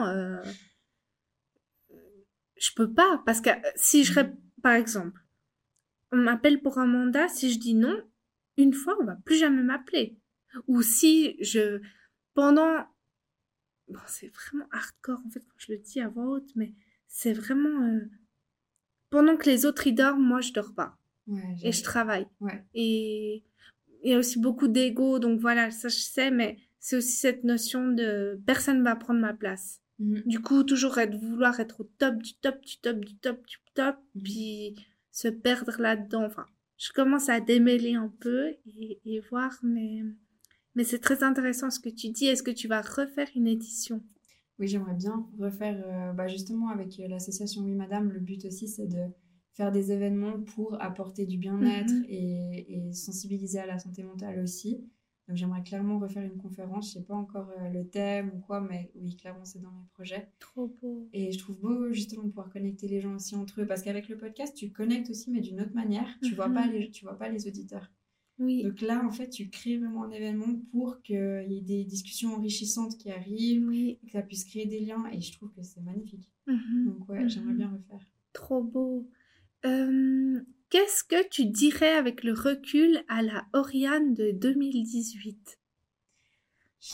je peux pas, parce que si par exemple, on m'appelle pour un mandat, si je dis non, une fois, on va plus jamais m'appeler. Ou si pendant, bon, c'est vraiment hardcore en fait quand je le dis à voix haute, mais c'est vraiment, pendant que les autres y dorment, moi je dors pas ouais et je travaille. ouais. Et il y a aussi beaucoup d'ego, donc voilà, ça je sais, mais c'est aussi cette notion de personne va prendre ma place. Mhm. Du coup, toujours vouloir être au top du top du top du top du top, Mhm. puis se perdre là-dedans. Enfin, je commence à démêler un peu et voir, mais c'est très intéressant ce que tu dis. Est-ce que tu vas refaire une édition? Oui, j'aimerais bien refaire, bah, justement avec l'association Oui Madame, le but aussi c'est de faire des événements pour apporter du bien-être Mhm, et sensibiliser à la santé mentale aussi. Donc j'aimerais clairement refaire une conférence, je sais pas encore le thème ou quoi, mais oui, clairement c'est dans mes projets. trop beau. Et je trouve beau justement de pouvoir connecter les gens aussi entre eux, parce qu'avec le podcast, tu connectes aussi, mais d'une autre manière, Mhm, tu vois pas les auditeurs. oui, Donc là, en fait, tu crées vraiment un événement pour qu'il y ait des discussions enrichissantes qui arrivent, oui. et que ça puisse créer des liens, et je trouve que c'est magnifique. Mhm, Donc ouais, j'aimerais mhm. bien refaire. Trop beau. Qu'est-ce que tu dirais avec le recul à la Oriane de 2018?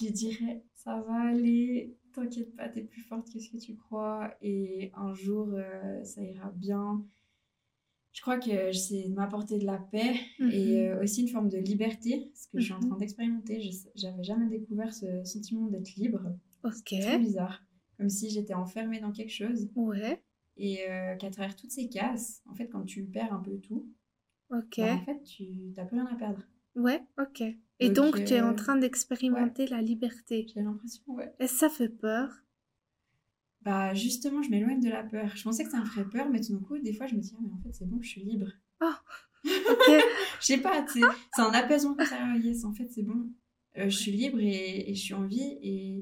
je lui dirais, ça va aller, t'inquiète pas, t'es plus forte que ce que tu crois, et un jour, ça ira bien. Je crois que c'est de m'apporter de la paix et aussi une forme de liberté, ce que je suis en train d'expérimenter. J'avais jamais découvert ce sentiment d'être libre. Ok. C'est trop bizarre, comme si j'étais enfermée dans quelque chose. Ouais. Et qu'à travers toutes ces cases, en fait, quand tu perds un peu tout, Ok. bah, en fait, tu n'as plus rien à perdre. Ouais, ok. Et Donc, donc, tu es en train ouais, d'expérimenter la liberté. j'ai l'impression, ouais. Est-ce que ça fait peur? Bah, justement, je m'éloigne de la peur. Je pensais que ça me ferait peur, mais tout d'un coup, des fois, je me dis, ah, mais en fait, c'est bon, je suis libre. Oh, ok. Je sais pas, c'est un apaisement comme ça. Ah, yes, en fait, c'est bon. Je suis libre et je suis en vie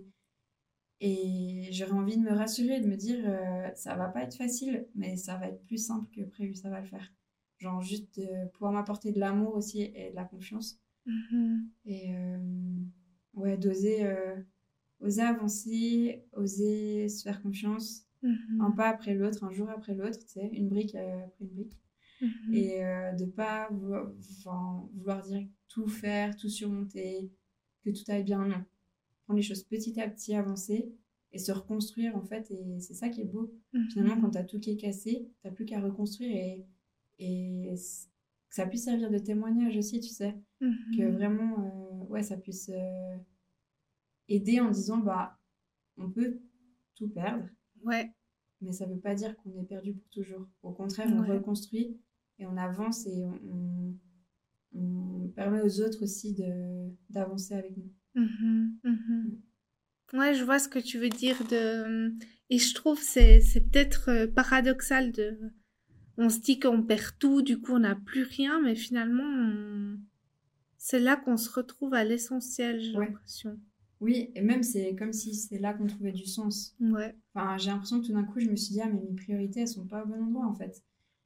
et j'aurais envie de me rassurer, de me dire ça va pas être facile, mais ça va être plus simple que prévu, ça va le faire. Genre juste pouvoir m'apporter de l'amour aussi et de la confiance. Et ouais, oser avancer, oser se faire confiance, un pas après l'autre, un jour après l'autre, tu sais, une brique après une brique. Et de pas vouloir dire tout faire, tout surmonter, que tout aille bien, non. Prendre les choses petit à petit, avancer et se reconstruire en fait, et c'est ça qui est beau. Finalement, quand t'as tout qui est cassé, t'as plus qu'à reconstruire et que ça puisse servir de témoignage aussi, tu sais, que vraiment, ouais, ça puisse aider en disant, bah, on peut tout perdre, Ouais, mais ça veut pas dire qu'on est perdu pour toujours. Au contraire, on ouais. reconstruit et on avance et on permet aux autres aussi d'avancer avec nous. Ouais, je vois ce que tu veux dire de... Et je trouve c'est peut-être paradoxal de... On se dit qu'on perd tout, du coup on n'a plus rien, mais finalement, c'est là qu'on se retrouve à l'essentiel, j'ai Ouais. l'impression. Oui, et même c'est comme si c'est là qu'on trouvait du sens. Ouais. Enfin, j'ai l'impression que tout d'un coup, je me suis dit, ah, mais mes priorités, elles sont pas au bon endroit en fait.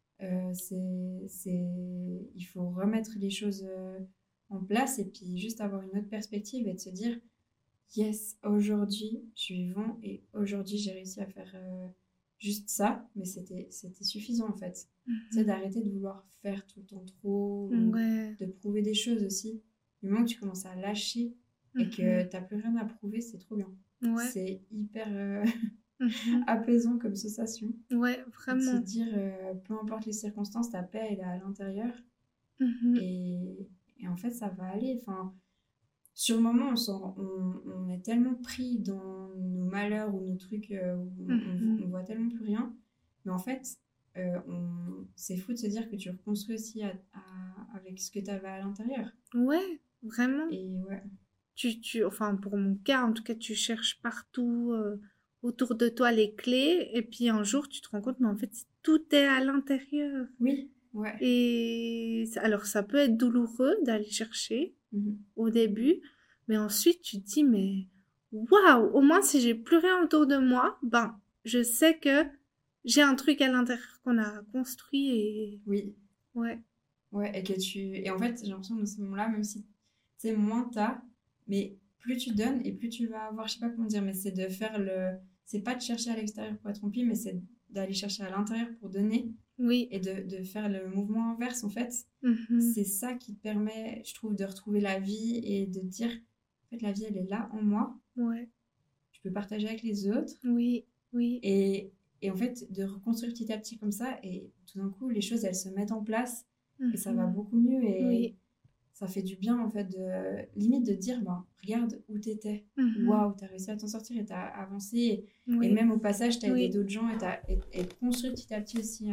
Il faut remettre les choses en place et puis juste avoir une autre perspective et de se dire, yes, aujourd'hui, je suis vivant et aujourd'hui, j'ai réussi à faire juste ça, mais c'était suffisant en fait. C'est d'arrêter de vouloir faire tout le temps trop ou Ouais. de prouver des choses aussi. Du moment que tu commences à lâcher et que t'as plus rien à prouver, c'est trop bien. Ouais. C'est hyper apaisant comme sensation. Ouais, Et de se vraiment. dire, peu importe les circonstances, ta paix, elle est à l'intérieur. Et, et en fait, ça va aller. Enfin, sur le moment, on est tellement pris dans nos malheurs ou nos trucs où on voit tellement plus rien. Mais en fait, c'est fou de se dire que tu reconstruis aussi avec ce que tu avais à l'intérieur. Ouais, vraiment. Et ouais, Enfin, pour mon cas, en tout cas, tu cherches partout autour de toi les clés, et puis un jour, tu te rends compte, mais en fait, tout est à l'intérieur. oui, ouais. Et alors, ça peut être douloureux d'aller chercher au début, mais ensuite, tu te dis, mais waouh, au moins, si j'ai plus rien autour de moi, ben, je sais que j'ai un truc à l'intérieur qu'on a construit et Oui, ouais. ouais. Et en fait, j'ai l'impression dans ce moment-là, même si, tu sais, moins t'as, mais plus tu donnes et plus tu vas avoir, je sais pas comment dire, mais c'est de faire c'est pas de chercher à l'extérieur pour être rempli, mais c'est d'aller chercher à l'intérieur pour donner Oui. et de faire le mouvement inverse, en fait. Mhm. C'est ça qui te permet, je trouve, de retrouver la vie et de dire, en fait, la vie, elle est là en moi. Ouais. Je peux partager avec les autres Oui. Oui. et en fait, de reconstruire petit à petit comme ça. Et tout d'un coup, les choses, elles se mettent en place et ça va beaucoup mieux. Et Oui. ça fait du bien, en fait, limite de dire, ben, regarde où t'étais. Waouh, t'as réussi à t'en sortir et t'as avancé. Et Oui. même au passage, t'as aidé Oui. d'autres gens et construit petit à petit aussi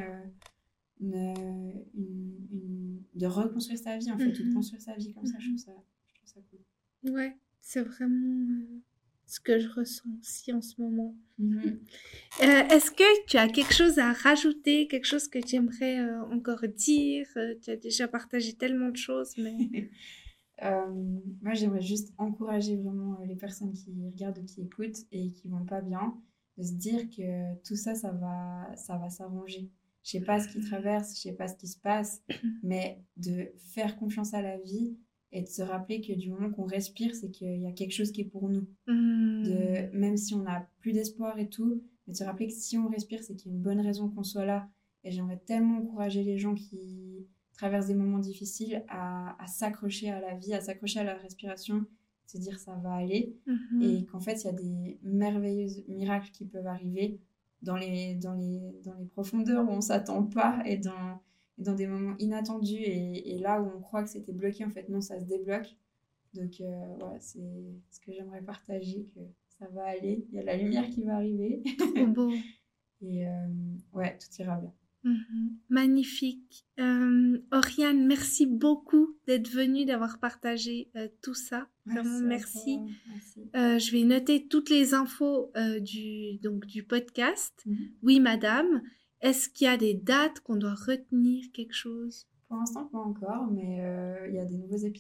de reconstruire sa vie, en fait, ou de construire sa vie comme ça. Je trouve ça cool. Ouais, c'est vraiment ce que je ressens aussi en ce moment. Est-ce que tu as quelque chose à rajouter, quelque chose que tu aimerais encore dire? Tu as déjà partagé tellement de choses, mais... Moi, j'aimerais juste encourager vraiment les personnes qui regardent ou qui écoutent et qui vont pas bien, de se dire que tout ça, ça va s'arranger. Je sais pas ce qui traverse, je sais pas ce qui se passe, mais de faire confiance à la vie et de se rappeler que du moment qu'on respire, c'est qu'il y a quelque chose qui est pour nous. Même si on n'a plus d'espoir et tout, mais de se rappeler que si on respire, c'est qu'il y a une bonne raison qu'on soit là. Et j'aimerais tellement encourager les gens qui traversent des moments difficiles à s'accrocher à la vie, à s'accrocher à la respiration se dire ça va aller, Mhm. et qu'en fait, il y a des merveilleux miracles qui peuvent arriver dans les profondeurs où on ne s'attend pas, et dans des moments inattendus, et là où on croit que c'était bloqué, en fait, non, ça se débloque. Donc, voilà, c'est ce que j'aimerais partager, que ça va aller, il y a la lumière qui va arriver, Trop beau. et ouais, tout ira bien. Mhm. Magnifique. Oriane, merci beaucoup d'être venue, d'avoir partagé tout ça. Vraiment, Merci à merci. toi. Merci. Je vais noter toutes les infos du podcast. Oui, madame. Est-ce qu'il y a des dates qu'on doit retenir, quelque chose? Pour l'instant, pas encore, mais il y a des nouveaux épisodes